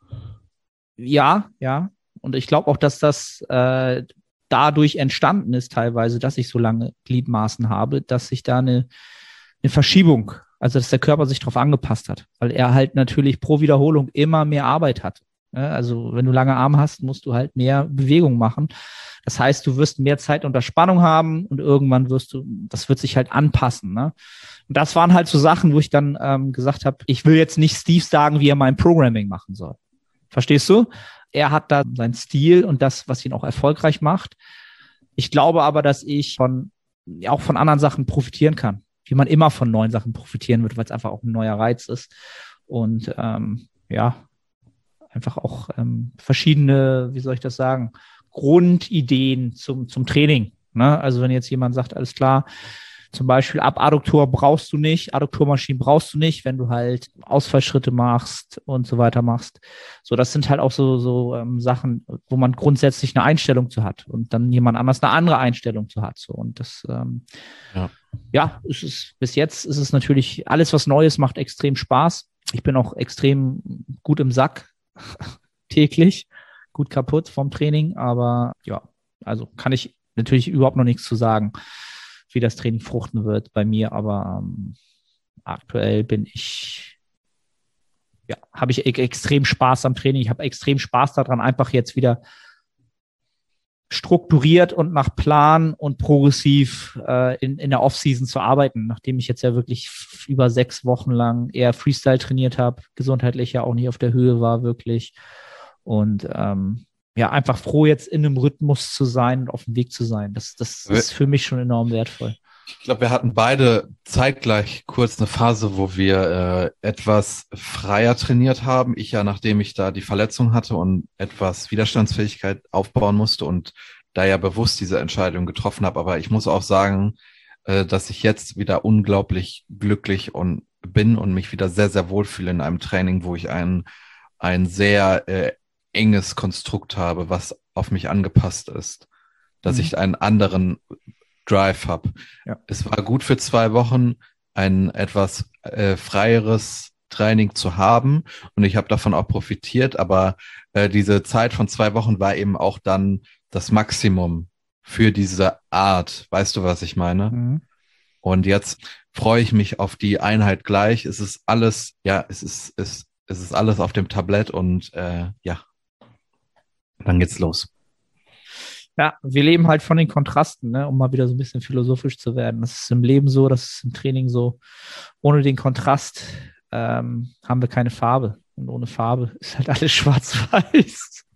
Ja, ja. Und ich glaube auch, dass das äh, dadurch entstanden ist teilweise, dass ich so lange Gliedmaßen habe, dass sich da eine, eine Verschiebung, also dass der Körper sich darauf angepasst hat, weil er halt natürlich pro Wiederholung immer mehr Arbeit hat. Ja, also wenn du lange Arme hast, musst du halt mehr Bewegung machen. Das heißt, du wirst mehr Zeit unter Spannung haben und irgendwann wirst du, das wird sich halt anpassen. Ne? Und das waren halt so Sachen, wo ich dann ähm, gesagt habe, ich will jetzt nicht Steve sagen, wie er mein Programming machen soll. Verstehst du? Er hat da seinen Stil und das, was ihn auch erfolgreich macht. Ich glaube aber, dass ich von, auch von anderen Sachen profitieren kann, wie man immer von neuen Sachen profitieren wird, weil es einfach auch ein neuer Reiz ist. Und ähm, ja, einfach auch ähm, verschiedene, wie soll ich das sagen, Grundideen zum, zum Training. Ne? Also wenn jetzt jemand sagt, alles klar, zum Beispiel Abadduktor brauchst du nicht, Adduktormaschinen brauchst du nicht, wenn du halt Ausfallschritte machst und so weiter machst. So, das sind halt auch so, so ähm, Sachen, wo man grundsätzlich eine Einstellung zu hat und dann jemand anders eine andere Einstellung zu hat. So, und das, ähm, ja, ja es ist, bis jetzt ist es natürlich, alles was Neues macht extrem Spaß. Ich bin auch extrem gut im Sack täglich, gut kaputt vom Training, aber ja, also kann ich natürlich überhaupt noch nichts zu sagen, wie das Training fruchten wird bei mir, aber ähm, aktuell bin ich, ja, habe ich e- extrem Spaß am Training. Ich habe extrem Spaß daran, einfach jetzt wieder strukturiert und nach Plan und progressiv äh, in, in der Offseason zu arbeiten, nachdem ich jetzt ja wirklich f- über sechs Wochen lang eher Freestyle trainiert habe, gesundheitlich ja auch nicht auf der Höhe war wirklich und ähm, ja, einfach froh, jetzt in einem Rhythmus zu sein und auf dem Weg zu sein. Das, das ist für mich schon enorm wertvoll. Ich glaube, wir hatten beide zeitgleich kurz eine Phase, wo wir äh, etwas freier trainiert haben. Ich ja, nachdem ich da die Verletzung hatte und etwas Widerstandsfähigkeit aufbauen musste und da ja bewusst diese Entscheidung getroffen habe. Aber ich muss auch sagen, äh, dass ich jetzt wieder unglaublich glücklich und bin und mich wieder sehr, sehr wohlfühle in einem Training, wo ich ein, ein sehr äh, enges Konstrukt habe, was auf mich angepasst ist, dass Mhm. ich einen anderen Drive habe. Ja. Es war gut für zwei Wochen, ein etwas äh, freieres Training zu haben und ich habe davon auch profitiert, aber äh, diese Zeit von zwei Wochen war eben auch dann das Maximum für diese Art. Weißt du, was ich meine? Mhm. Und jetzt freue ich mich auf die Einheit gleich. Es ist alles, ja, es ist, es, es ist alles auf dem Tablett und äh, ja, dann geht's los. Ja, wir leben halt von den Kontrasten, ne, um mal wieder so ein bisschen philosophisch zu werden. Das ist im Leben so, das ist im Training so. Ohne den Kontrast ähm, haben wir keine Farbe. Und ohne Farbe ist halt alles schwarz-weiß.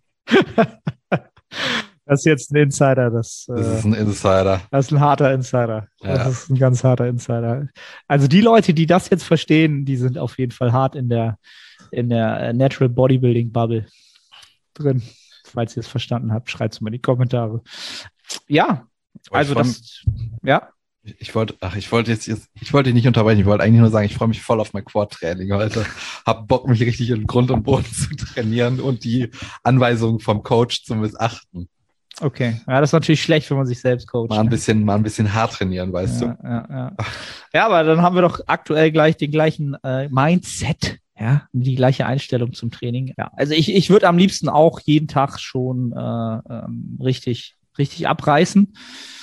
Das ist jetzt ein Insider. Das, Das äh, ist ein Insider. das ist ein harter Insider. Das Ja. ist ein ganz harter Insider. Also die Leute, die das jetzt verstehen, die sind auf jeden Fall hart in der, in der Natural Bodybuilding Bubble drin. Falls ihr es verstanden habt, schreibt es mal in die Kommentare. Ja, also freu das, ja. Ich, ich wollte, ach, ich wollte jetzt, jetzt, ich wollte dich nicht unterbrechen. Ich wollte eigentlich nur sagen, ich freue mich voll auf mein Quad-Training heute. Hab Bock, mich richtig in Grund und Boden zu trainieren und die Anweisungen vom Coach zu missachten. Okay, ja, das ist natürlich schlecht, wenn man sich selbst coacht. Mal ein bisschen, mal ein bisschen hart trainieren, weißt ja, du? ja, ja. Ja, aber dann haben wir doch aktuell gleich den gleichen äh, Mindset, ja, die gleiche Einstellung zum Training. Ja, also ich, ich würde am liebsten auch jeden Tag schon äh, ähm, richtig, richtig abreißen.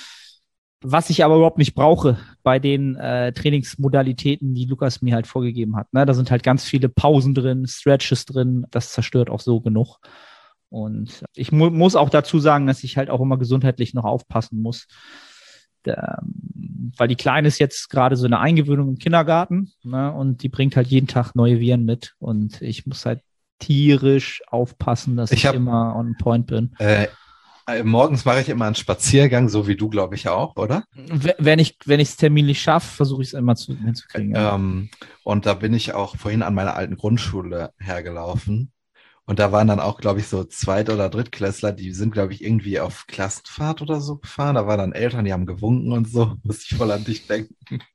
Was ich aber überhaupt nicht brauche bei den äh, Trainingsmodalitäten, die Lukas mir halt vorgegeben hat. Ne? Da sind halt ganz viele Pausen drin, Stretches drin. Das zerstört auch so genug. Und ich mu- muss auch dazu sagen, dass ich halt auch immer gesundheitlich noch aufpassen muss. Der, weil die Kleine ist jetzt gerade so eine Eingewöhnung im Kindergarten, ne? Und die bringt halt jeden Tag neue Viren mit. Und ich muss halt tierisch aufpassen, dass ich, Ich hab- ich immer on point bin. Äh, äh, morgens mache ich immer einen Spaziergang, so wie du, glaube ich, auch, oder? W- Wenn ich wenn ich es terminlich schaffe, versuche ich es immer zu, hinzukriegen. Ja. Ähm, und da bin ich auch vorhin an meiner alten Grundschule hergelaufen. Und da waren dann auch, glaube ich, so Zweit- oder Drittklässler, die sind, glaube ich, irgendwie auf Klassenfahrt oder so gefahren. Da waren dann Eltern, die haben gewunken und so. Muss ich voll an dich denken.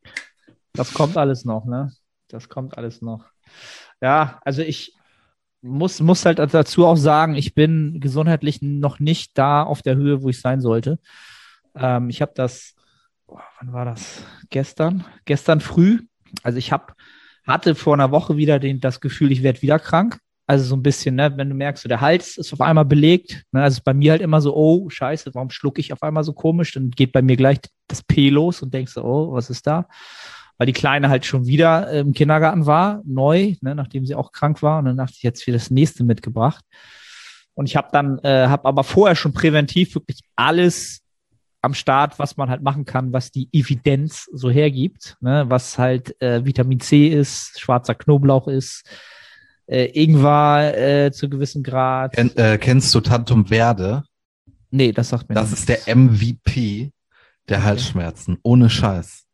Das kommt alles noch, ne? Das kommt alles noch. Ja, also ich muss, muss halt dazu auch sagen, ich bin gesundheitlich noch nicht da auf der Höhe, wo ich sein sollte. Ähm, ich habe das, oh, wann war das? Gestern? Gestern früh. Also ich hab, hatte vor einer Woche wieder den, das Gefühl, ich werde wieder krank. Also so ein bisschen, ne, wenn du merkst, so der Hals ist auf einmal belegt. Ne, also ist bei mir halt immer so, oh, scheiße, warum schlucke ich auf einmal so komisch? Dann geht bei mir gleich das P los und denkst so, oh, was ist da? Weil die Kleine halt schon wieder im Kindergarten war, neu, ne, nachdem sie auch krank war. Und dann dachte ich, jetzt wieder das nächste mitgebracht. Und ich habe dann, äh, habe aber vorher schon präventiv wirklich alles am Start, was man halt machen kann, was die Evidenz so hergibt, ne, was halt äh, Vitamin C ist, schwarzer Knoblauch ist, äh, Ingwer äh, zu gewissem Grad. Ken, äh, kennst du Tantum Verde? Nee, das sagt mir Das nichts. ist der M V P der Okay. Halsschmerzen. Ohne Scheiß.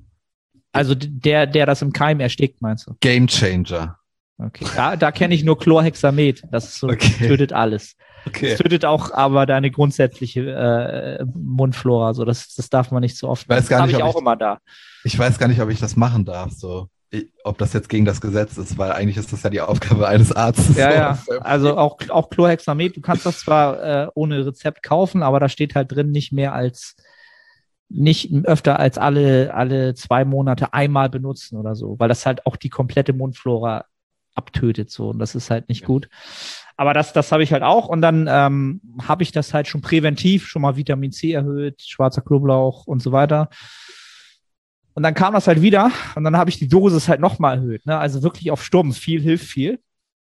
Also d- der, der das im Keim erstickt, meinst du? Game Changer. Okay. Da, da kenne ich nur Chlorhexamet. Das ist so, Okay. tötet alles. Okay. Das tötet auch aber deine grundsätzliche äh, Mundflora. So, das, das darf man nicht so oft. Ich weiß gar Habe nicht, ich ob auch ich- immer da. Ich weiß gar nicht, ob ich das machen darf. So, ich, ob das jetzt gegen das Gesetz ist, weil eigentlich ist das ja die Aufgabe eines Arztes. Ja, so. ja. Also auch, auch Chlorhexamet. Du kannst das zwar äh, ohne Rezept kaufen, aber da steht halt drin nicht mehr als nicht öfter als alle, alle zwei Monate einmal benutzen oder so, weil das halt auch die komplette Mundflora abtötet so und das ist halt nicht Ja. gut. Aber das, das habe ich halt auch und dann ähm, habe ich das halt schon präventiv, schon mal Vitamin C erhöht, schwarzer Knoblauch und so weiter. Und dann kam das halt wieder und dann habe ich die Dosis halt nochmal erhöht, ne? Also wirklich auf Sturm, viel hilft viel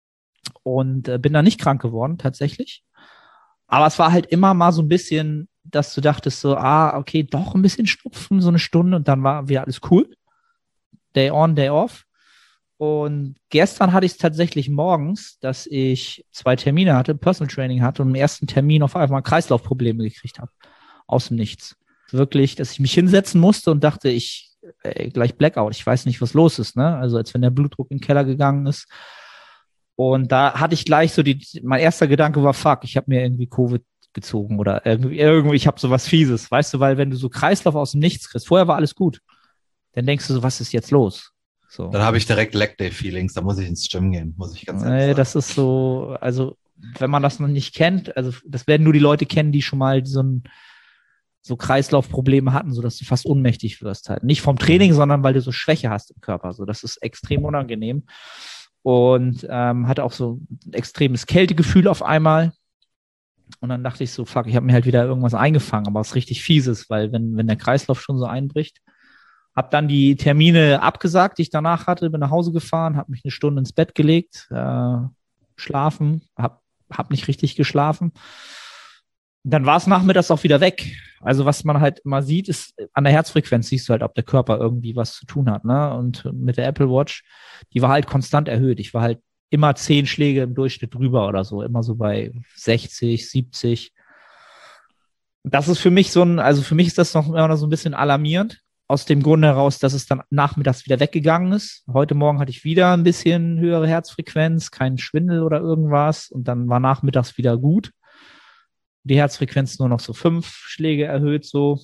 und äh, bin dann nicht krank geworden tatsächlich. Aber es war halt immer mal so ein bisschen, dass du dachtest so, ah, okay, doch ein bisschen Schnupfen, so eine Stunde und dann war wieder alles cool. Day on, day off. Und gestern hatte ich es tatsächlich morgens, dass ich zwei Termine hatte, Personal Training hatte und im ersten Termin auf einmal Kreislaufprobleme gekriegt habe. Aus dem Nichts. Wirklich, dass ich mich hinsetzen musste und dachte, ich ey, gleich Blackout, ich weiß nicht, was los ist, ne? Also als wenn der Blutdruck in den Keller gegangen ist. Und da hatte ich gleich so die, mein erster Gedanke war, fuck, ich habe mir irgendwie Covid gezogen oder irgendwie, irgendwie ich habe sowas Fieses, weißt du, weil wenn du so Kreislauf aus dem Nichts kriegst, vorher war alles gut, dann denkst du so, was ist jetzt los? So. Dann habe ich direkt Leg-Day-Feelings, da muss ich ins Gym gehen, muss ich ganz ehrlich Nee, sagen. das ist so, also wenn man das noch nicht kennt, also das werden nur die Leute kennen, die schon mal so ein so Kreislaufprobleme hatten, sodass du fast ohnmächtig wirst halt. Nicht vom Training, sondern weil du so Schwäche hast im Körper. So, das ist extrem unangenehm. Und ähm, hatte auch so ein extremes Kältegefühl auf einmal. Und dann dachte ich so, fuck, ich habe mir halt wieder irgendwas eingefangen, aber was richtig Fieses, weil wenn, wenn der Kreislauf schon so einbricht, habe dann die Termine abgesagt, die ich danach hatte, bin nach Hause gefahren, habe mich eine Stunde ins Bett gelegt, äh, schlafen, habe hab nicht richtig geschlafen. Dann war es nachmittags auch wieder weg. Also was man halt immer sieht, ist, an der Herzfrequenz siehst du halt, ob der Körper irgendwie was zu tun hat. Ne? Und mit der Apple Watch, die war halt konstant erhöht. Ich war halt immer zehn Schläge im Durchschnitt drüber oder so, immer so bei sechzig, siebzig. Das ist für mich so ein, also für mich ist das noch immer noch so ein bisschen alarmierend. Aus dem Grund heraus, dass es dann nachmittags wieder weggegangen ist. Heute Morgen hatte ich wieder ein bisschen höhere Herzfrequenz, keinen Schwindel oder irgendwas. Und dann war nachmittags wieder gut. Die Herzfrequenz nur noch so fünf Schläge erhöht, so.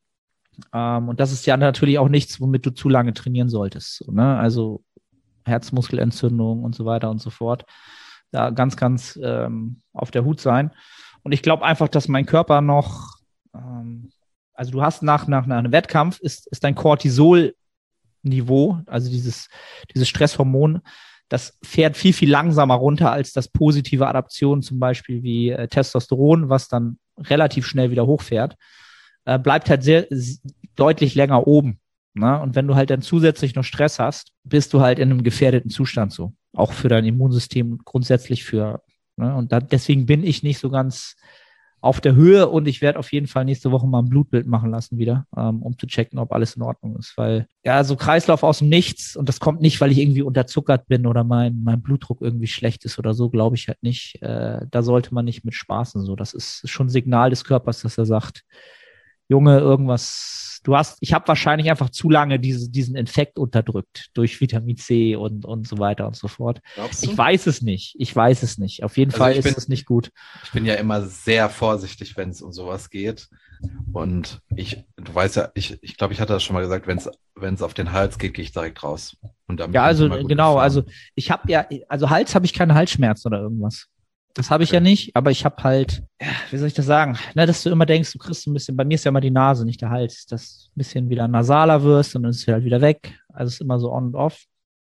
Ähm, und das ist ja natürlich auch nichts, womit du zu lange trainieren solltest. So, ne? Also Herzmuskelentzündung und so weiter und so fort. Da ganz, ganz ähm, auf der Hut sein. Und ich glaube einfach, dass mein Körper noch, ähm, also du hast nach, nach, nach einem Wettkampf, ist, ist dein Cortisol-Niveau, also dieses, dieses Stresshormon, das fährt viel, viel langsamer runter als das positive Adaption, zum Beispiel wie äh, Testosteron, was dann relativ schnell wieder hochfährt, äh, bleibt halt sehr s- deutlich länger oben. Ne? Und wenn du halt dann zusätzlich noch Stress hast, bist du halt in einem gefährdeten Zustand so. Auch für dein Immunsystem und grundsätzlich für, ne? Und da, deswegen bin ich nicht so ganz auf der Höhe und ich werde auf jeden Fall nächste Woche mal ein Blutbild machen lassen wieder, ähm, um zu checken, ob alles in Ordnung ist, weil ja, so Kreislauf aus dem Nichts und das kommt nicht, weil ich irgendwie unterzuckert bin oder mein, mein Blutdruck irgendwie schlecht ist oder so, glaube ich halt nicht. Äh, da sollte man nicht mit spaßen, so. Das ist schon ein Signal des Körpers, dass er sagt, Junge, irgendwas, du hast, ich habe wahrscheinlich einfach zu lange diese, diesen Infekt unterdrückt durch Vitamin C und, und so weiter und so fort. Glaubst du? Ich weiß es nicht. Ich weiß es nicht. Auf jeden Also Fall ich ist bin- es nicht gut. Ich bin ja immer sehr vorsichtig, wenn es um sowas geht. Und ich, du weißt ja, ich, ich glaube, ich hatte das schon mal gesagt, wenn es, wenn es auf den Hals geht, gehe ich direkt raus. Und damit Ja, bin ich also immer gut genau, gefahren. also ich habe ja, also Hals habe ich keine Halsschmerzen oder irgendwas. Das habe ich Okay. ja nicht, aber ich habe halt, ja, wie soll ich das sagen, ne, dass du immer denkst, du kriegst ein bisschen, bei mir ist ja immer die Nase, nicht der Hals, dass du ein bisschen wieder nasaler wirst und dann ist es halt wieder weg. Also es ist immer so on und off.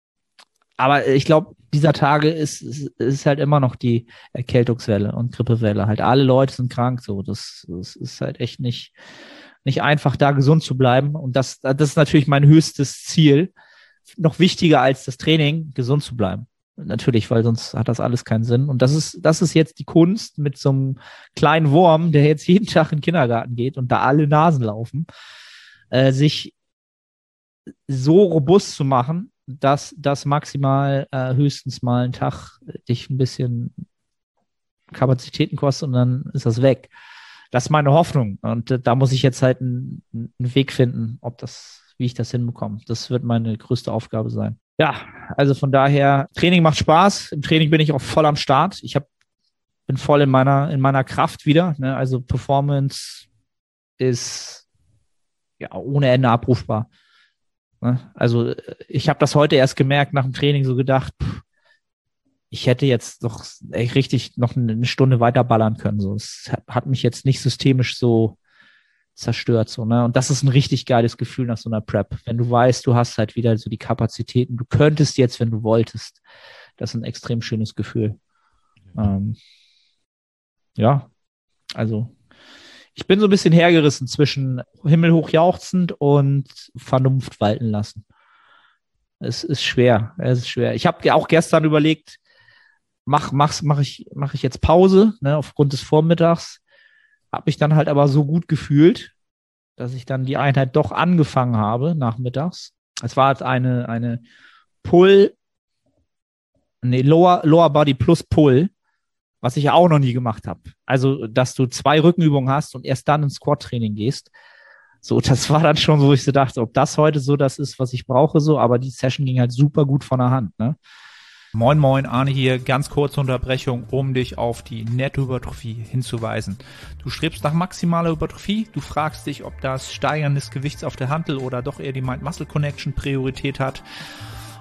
Aber ich glaube, dieser Tage ist, ist, ist halt immer noch die Erkältungswelle und Grippewelle. Halt alle Leute sind krank, so. Das, das ist halt echt nicht, nicht einfach, da gesund zu bleiben. Und das, das ist natürlich mein höchstes Ziel. Noch wichtiger als das Training, gesund zu bleiben. Natürlich, weil sonst hat das alles keinen Sinn. Und das ist, das ist jetzt die Kunst mit so einem kleinen Wurm, der jetzt jeden Tag in den Kindergarten geht und da alle Nasen laufen, äh, sich so robust zu machen, dass das maximal äh, höchstens mal einen Tag dich ein bisschen Kapazitäten kostet und dann ist das weg. Das ist meine Hoffnung. Und äh, da muss ich jetzt halt einen, einen Weg finden, ob das, wie ich das hinbekomme. Das wird meine größte Aufgabe sein. Ja, also von daher, Training macht Spaß. Im Training bin ich auch voll am Start. Ich hab, bin voll in meiner, in meiner Kraft wieder. Ne? Also Performance ist ja ohne Ende abrufbar. Ne? Also ich habe das heute erst gemerkt, nach dem Training so gedacht, pff, ich hätte jetzt doch ey, richtig noch eine Stunde weiter ballern können. So. Es hat, hat mich jetzt nicht systemisch so zerstört. So, ne? Und das ist ein richtig geiles Gefühl nach so einer Prep. Wenn du weißt, du hast halt wieder so die Kapazitäten, du könntest jetzt, wenn du wolltest. Das ist ein extrem schönes Gefühl. Ähm, ja, also ich bin so ein bisschen hergerissen zwischen himmelhoch jauchzend und Vernunft walten lassen. Es ist schwer, es ist schwer. Ich habe auch gestern überlegt, mach, mach's, mach ich, mach ich jetzt Pause, ne, aufgrund des Vormittags. Habe mich dann halt aber so gut gefühlt, dass ich dann die Einheit doch angefangen habe nachmittags. Es war halt eine, eine Pull, nee, Lower, Lower Body plus Pull, was ich ja auch noch nie gemacht habe. Also, dass du zwei Rückenübungen hast und erst dann ins Squat-Training gehst. So, das war dann schon so, wo ich so dachte, ob das heute so das ist, was ich brauche, so, aber die Session ging halt super gut von der Hand, ne? Moin Moin, Arne hier, ganz kurze Unterbrechung, um dich auf die Nettohypertrophie hinzuweisen. Du strebst nach maximaler Hypertrophie, du fragst dich, ob das Steigern des Gewichts auf der Hantel oder doch eher die Mind-Muscle-Connection Priorität hat.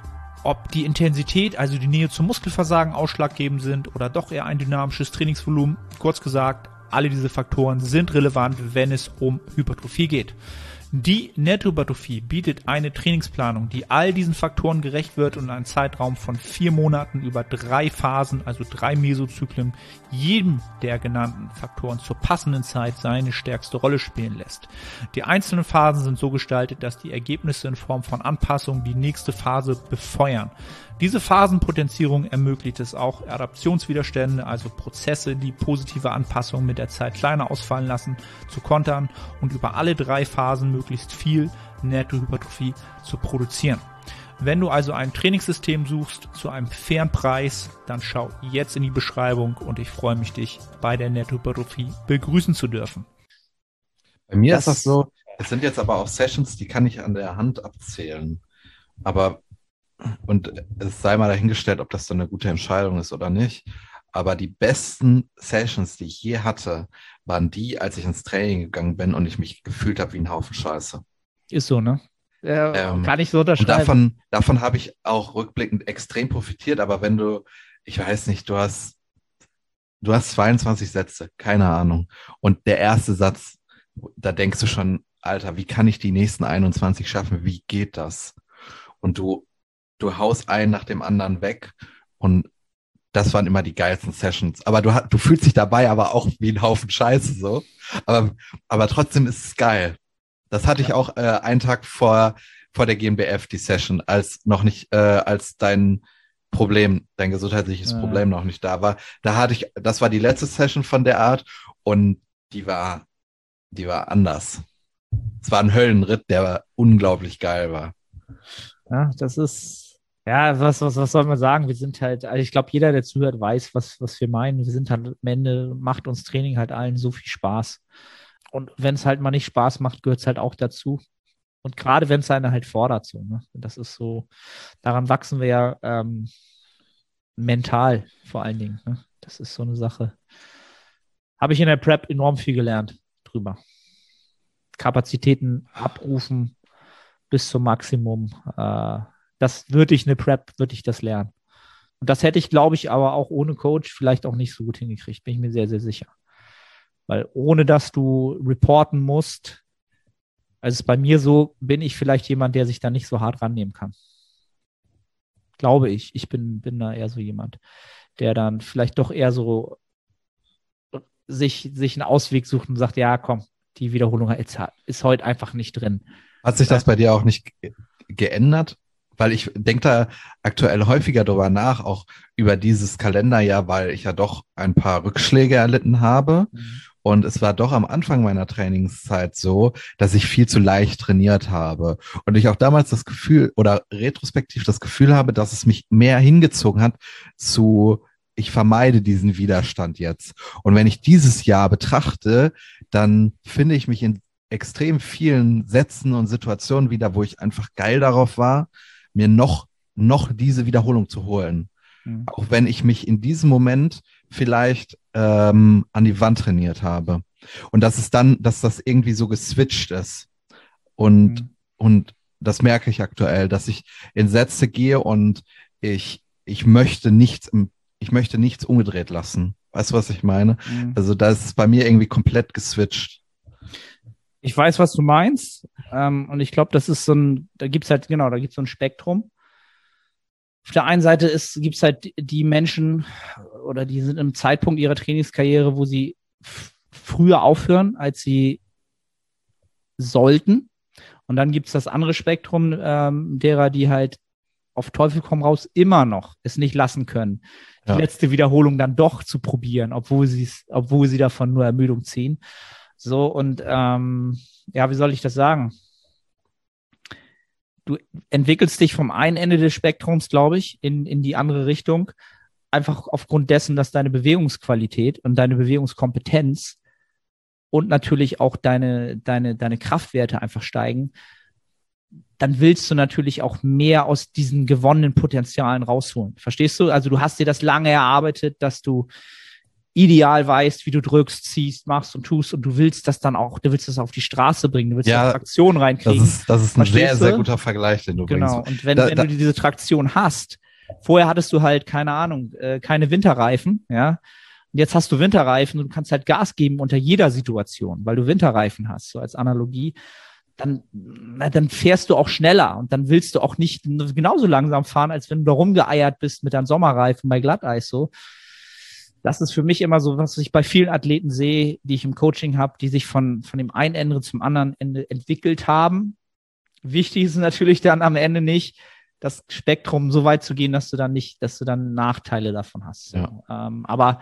ob die Intensität, also die Nähe zum Muskelversagen ausschlaggebend sind oder doch eher ein dynamisches Trainingsvolumen. Kurz gesagt, alle diese Faktoren sind relevant, wenn es um Hypertrophie geht. Die Nettohypertrophie bietet eine Trainingsplanung, die all diesen Faktoren gerecht wird und einen Zeitraum von vier Monaten über drei Phasen, also drei Mesozyklen, jedem der genannten Faktoren zur passenden Zeit seine stärkste Rolle spielen lässt. Die einzelnen Phasen sind so gestaltet, dass die Ergebnisse in Form von Anpassungen die nächste Phase befeuern. Diese Phasenpotenzierung ermöglicht es auch, Adaptionswiderstände, also Prozesse, die positive Anpassungen mit der Zeit kleiner ausfallen lassen, zu kontern und über alle drei Phasen möglichst viel Nettohypertrophie zu produzieren. Wenn du also ein Trainingssystem suchst zu einem fairen Preis, dann schau jetzt in die Beschreibung und ich freue mich, dich bei der Nettohypertrophie begrüßen zu dürfen. Bei mir Das- ist das so, es sind jetzt aber auch Sessions, die kann ich an der Hand abzählen. Aber, und es sei mal dahingestellt, ob das dann eine gute Entscheidung ist oder nicht, aber die besten Sessions, die ich je hatte, waren die, als ich ins Training gegangen bin und ich mich gefühlt habe wie ein Haufen Scheiße. Ist so, ne? Ja, Ähm, kann ich so Und unterschreiben. davon, davon habe ich auch rückblickend extrem profitiert, aber wenn du, ich weiß nicht, du hast, du hast zweiundzwanzig Sätze, keine Ahnung. Und der erste Satz, da denkst du schon, Alter, wie kann ich die nächsten einundzwanzig schaffen? Wie geht das? Und du, du haust einen nach dem anderen weg und das waren immer die geilsten Sessions. Aber du, ha- du fühlst dich dabei aber auch wie ein Haufen Scheiße so. Aber, aber trotzdem ist es geil. Das hatte ich auch äh, einen Tag vor, vor der G N B F, die Session, als noch nicht, äh, als dein Problem, dein gesundheitliches Ja. Problem noch nicht da war. Da hatte ich, das war die letzte Session von der Art und die war, die war anders. Es war ein Höllenritt, der unglaublich geil war. Ja, das ist, ja, was, was, was soll man sagen? Wir sind halt, also ich glaube, jeder, der zuhört, weiß, was, was wir meinen. Wir sind halt am Ende, macht uns Training halt allen so viel Spaß. Und wenn es halt mal nicht Spaß macht, gehört es halt auch dazu. Und gerade wenn es einen halt fordert, so, ne? Das ist so, daran wachsen wir ja ähm, mental vor allen Dingen. Ne? Das ist so eine Sache. Habe ich in der Prep enorm viel gelernt drüber. Kapazitäten abrufen bis zum Maximum. Äh, das würde ich eine Prep, würde ich das lernen. Und das hätte ich, glaube ich, aber auch ohne Coach vielleicht auch nicht so gut hingekriegt. Bin ich mir sehr, sehr sicher. Weil ohne dass du reporten musst, also es ist bei mir so, bin ich vielleicht jemand, der sich da nicht so hart rannehmen kann. Glaube ich. Ich bin, bin da eher so jemand, der dann vielleicht doch eher so sich, sich einen Ausweg sucht und sagt, ja, komm, die Wiederholung ist, ist heute einfach nicht drin. Hat sich das bei dir auch nicht ge- geändert? Weil ich denke da aktuell häufiger drüber nach, auch über dieses Kalenderjahr, weil ich ja doch ein paar Rückschläge erlitten habe. Mhm. Und es war doch am Anfang meiner Trainingszeit so, dass ich viel zu leicht trainiert habe. Und ich auch damals das Gefühl oder retrospektiv das Gefühl habe, dass es mich mehr hingezogen hat zu, ich vermeide diesen Widerstand jetzt. Und wenn ich dieses Jahr betrachte, dann finde ich mich in extrem vielen Sätzen und Situationen wieder, wo ich einfach geil darauf war, mir noch, noch diese Wiederholung zu holen. Mhm. Auch wenn ich mich in diesem Moment vielleicht ähm, an die Wand trainiert habe. Und dass es dann, dass das irgendwie so geswitcht ist. Und, Mhm. und das merke ich aktuell, dass ich in Sätze gehe und ich, ich möchte nichts, im- ich möchte nichts umgedreht lassen. Weißt du, was ich meine? Mhm. Also da ist es bei mir irgendwie komplett geswitcht. Ich weiß, was du meinst. Ähm, und ich glaube, das ist so ein, da gibt's halt, genau, da gibt's so ein Spektrum. Auf der einen Seite ist, gibt's halt die- die Menschen oder die sind im Zeitpunkt ihrer Trainingskarriere, wo sie f- früher aufhören, als sie sollten. Und dann gibt's das andere Spektrum ähm, derer, die halt auf Teufel komm raus immer noch es nicht lassen können, die Ja. letzte Wiederholung dann doch zu probieren, obwohl sie obwohl sie davon nur Ermüdung ziehen. So, und ähm, ja, wie soll ich das sagen? Du entwickelst dich vom einen Ende des Spektrums, glaube ich, in, in die andere Richtung, einfach aufgrund dessen, dass deine Bewegungsqualität und deine Bewegungskompetenz und natürlich auch deine, deine, deine Kraftwerte einfach steigen. Dann willst du natürlich auch mehr aus diesen gewonnenen Potenzialen rausholen. Verstehst du? Also du hast dir das lange erarbeitet, dass du ideal weißt, wie du drückst, ziehst, machst und tust und du willst das dann auch, du willst das auf die Straße bringen, du willst Ja, da Traktion reinkriegen. Das ist, das ist ein sehr, Verstehst sehr du? guter Vergleich, den du Genau, bringst. und wenn, Da- wenn da- du diese Traktion hast, vorher hattest du halt, keine Ahnung, äh, keine Winterreifen, ja, und jetzt hast du Winterreifen und du kannst halt Gas geben unter jeder Situation, weil du Winterreifen hast, so als Analogie, dann, na, dann fährst du auch schneller und dann willst du auch nicht genauso langsam fahren, als wenn du da rumgeeiert bist mit deinem Sommerreifen bei Glatteis, so. Das ist für mich immer so, was ich bei vielen Athleten sehe, die ich im Coaching habe, die sich von, von dem einen Ende zum anderen Ende entwickelt haben. Wichtig ist natürlich dann am Ende nicht, das Spektrum so weit zu gehen, dass du dann nicht, dass du dann Nachteile davon hast. So. Ja. Ähm, aber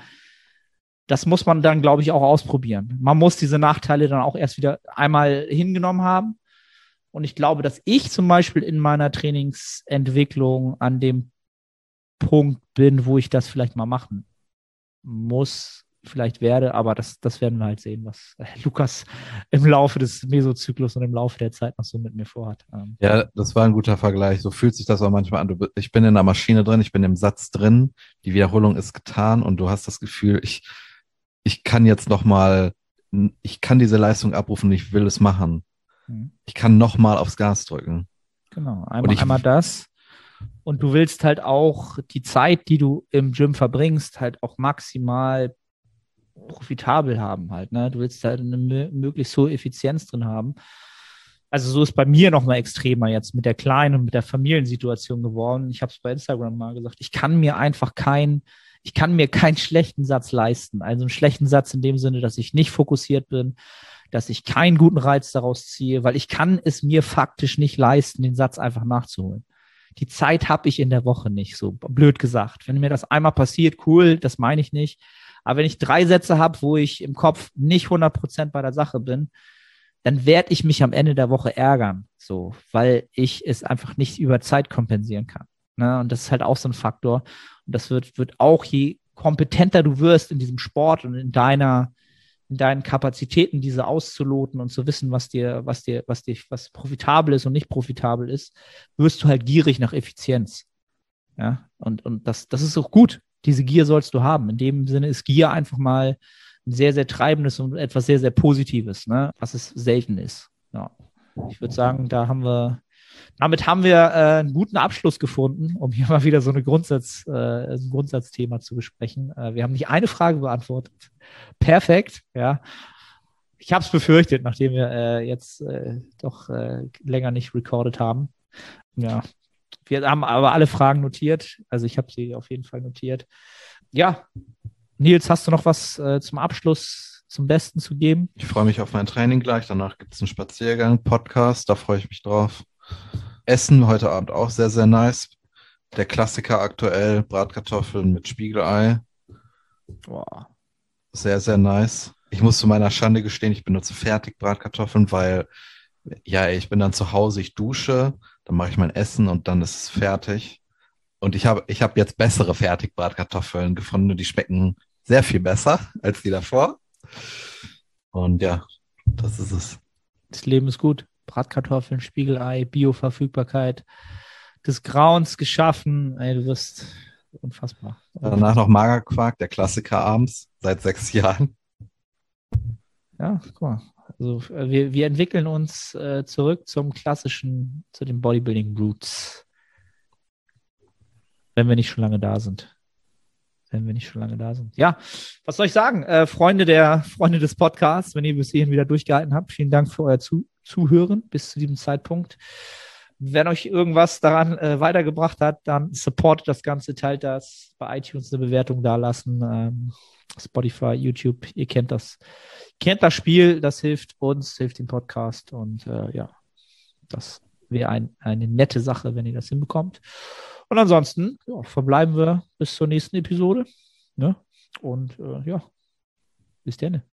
das muss man dann, glaube ich, auch ausprobieren. Man muss diese Nachteile dann auch erst wieder einmal hingenommen haben. Und ich glaube, dass ich zum Beispiel in meiner Trainingsentwicklung an dem Punkt bin, wo ich das vielleicht mal machen muss, vielleicht werde, aber das, das werden wir halt sehen, was äh, Lukas im Laufe des Mesozyklus und im Laufe der Zeit noch so mit mir vorhat. Ähm, Ja, das war ein guter Vergleich. So fühlt sich das auch manchmal an. Du, bi- ich bin in der Maschine drin, ich bin im Satz drin, die Wiederholung ist getan und du hast das Gefühl, ich, ich kann jetzt nochmal, ich kann diese Leistung abrufen und ich will es machen. Mhm. Ich kann nochmal aufs Gas drücken. Genau, Und einmal, ich- einmal das. Und du willst halt auch die Zeit, die du im Gym verbringst, halt auch maximal profitabel haben halt, ne? Du willst halt eine mö- möglichst hohe Effizienz drin haben. Also so ist bei mir noch mal extremer jetzt mit der kleinen und mit der Familiensituation geworden. Ich habe es bei Instagram mal gesagt, ich kann mir einfach keinen, ich kann mir keinen schlechten Satz leisten. Also einen schlechten Satz in dem Sinne, dass ich nicht fokussiert bin, dass ich keinen guten Reiz daraus ziehe, weil ich kann es mir faktisch nicht leisten, den Satz einfach nachzuholen. Die Zeit habe ich in der Woche nicht, so blöd gesagt. Wenn mir das einmal passiert, cool, das meine ich nicht. Aber wenn ich drei Sätze habe, wo ich im Kopf nicht hundert Prozent bei der Sache bin, dann werde ich mich am Ende der Woche ärgern, so, weil ich es einfach nicht über Zeit kompensieren kann. Ne? Und das ist halt auch so ein Faktor. Und das wird, wird auch, je kompetenter du wirst in diesem Sport und in deiner, in deinen Kapazitäten, diese auszuloten und zu wissen, was dir, was dir, was dir, was profitabel ist und nicht profitabel ist, wirst du halt gierig nach Effizienz. Ja, und, und das, das ist auch gut. Diese Gier sollst du haben. In dem Sinne ist Gier einfach mal ein sehr, sehr treibendes und etwas sehr, sehr Positives, ne? Was es selten ist. Ja. Ich würde sagen, da haben wir, damit haben wir äh, einen guten Abschluss gefunden, um hier mal wieder so eine Grundsatz, äh, ein Grundsatzthema zu besprechen. Äh, wir haben nicht eine Frage beantwortet. Perfekt, ja. Ich habe es befürchtet, nachdem wir äh, jetzt äh, doch äh, länger nicht recorded haben. Ja. Wir haben aber alle Fragen notiert. Also ich habe sie auf jeden Fall notiert. Ja, Nils, hast du noch was äh, zum Abschluss zum Besten zu geben? Ich freue mich auf mein Training gleich. Danach gibt es einen Spaziergang, Podcast, da freue ich mich drauf. Essen heute Abend auch sehr, sehr nice. Der Klassiker aktuell, Bratkartoffeln mit Spiegelei. Boah. Sehr, sehr nice. Ich muss zu meiner Schande gestehen, ich benutze Fertig-Bratkartoffeln, weil, ja, ich bin dann zu Hause, ich dusche, dann mache ich mein Essen und dann ist es fertig. Und ich habe ich hab jetzt bessere Fertig-Bratkartoffeln gefunden, die schmecken sehr viel besser als die davor. Und ja, das ist es. Das Leben ist gut. Bratkartoffeln, Spiegelei, Bioverfügbarkeit des Grauens geschaffen. Ey, du wirst unfassbar. Danach noch Magerquark, der Klassiker abends, seit sechs Jahren. Ja, guck mal. Also wir, wir entwickeln uns äh, zurück zum klassischen, zu den Bodybuilding-Roots. Wenn wir nicht schon lange da sind. Wenn wir nicht schon lange da sind. Ja, was soll ich sagen? Äh, Freunde der Freunde des Podcasts, wenn ihr bis hierhin wieder durchgehalten habt, vielen Dank für euer Zu- Zuhören bis zu diesem Zeitpunkt. Wenn euch irgendwas daran äh, weitergebracht hat, dann supportet das Ganze, teilt das, bei iTunes eine Bewertung dalassen, ähm, Spotify, YouTube, ihr kennt das, kennt das Spiel, das hilft uns, hilft dem Podcast und äh, ja, das wäre ein, eine nette Sache, wenn ihr das hinbekommt. Und ansonsten ja, verbleiben wir bis zur nächsten Episode. Ne? Und äh, ja, bis dann.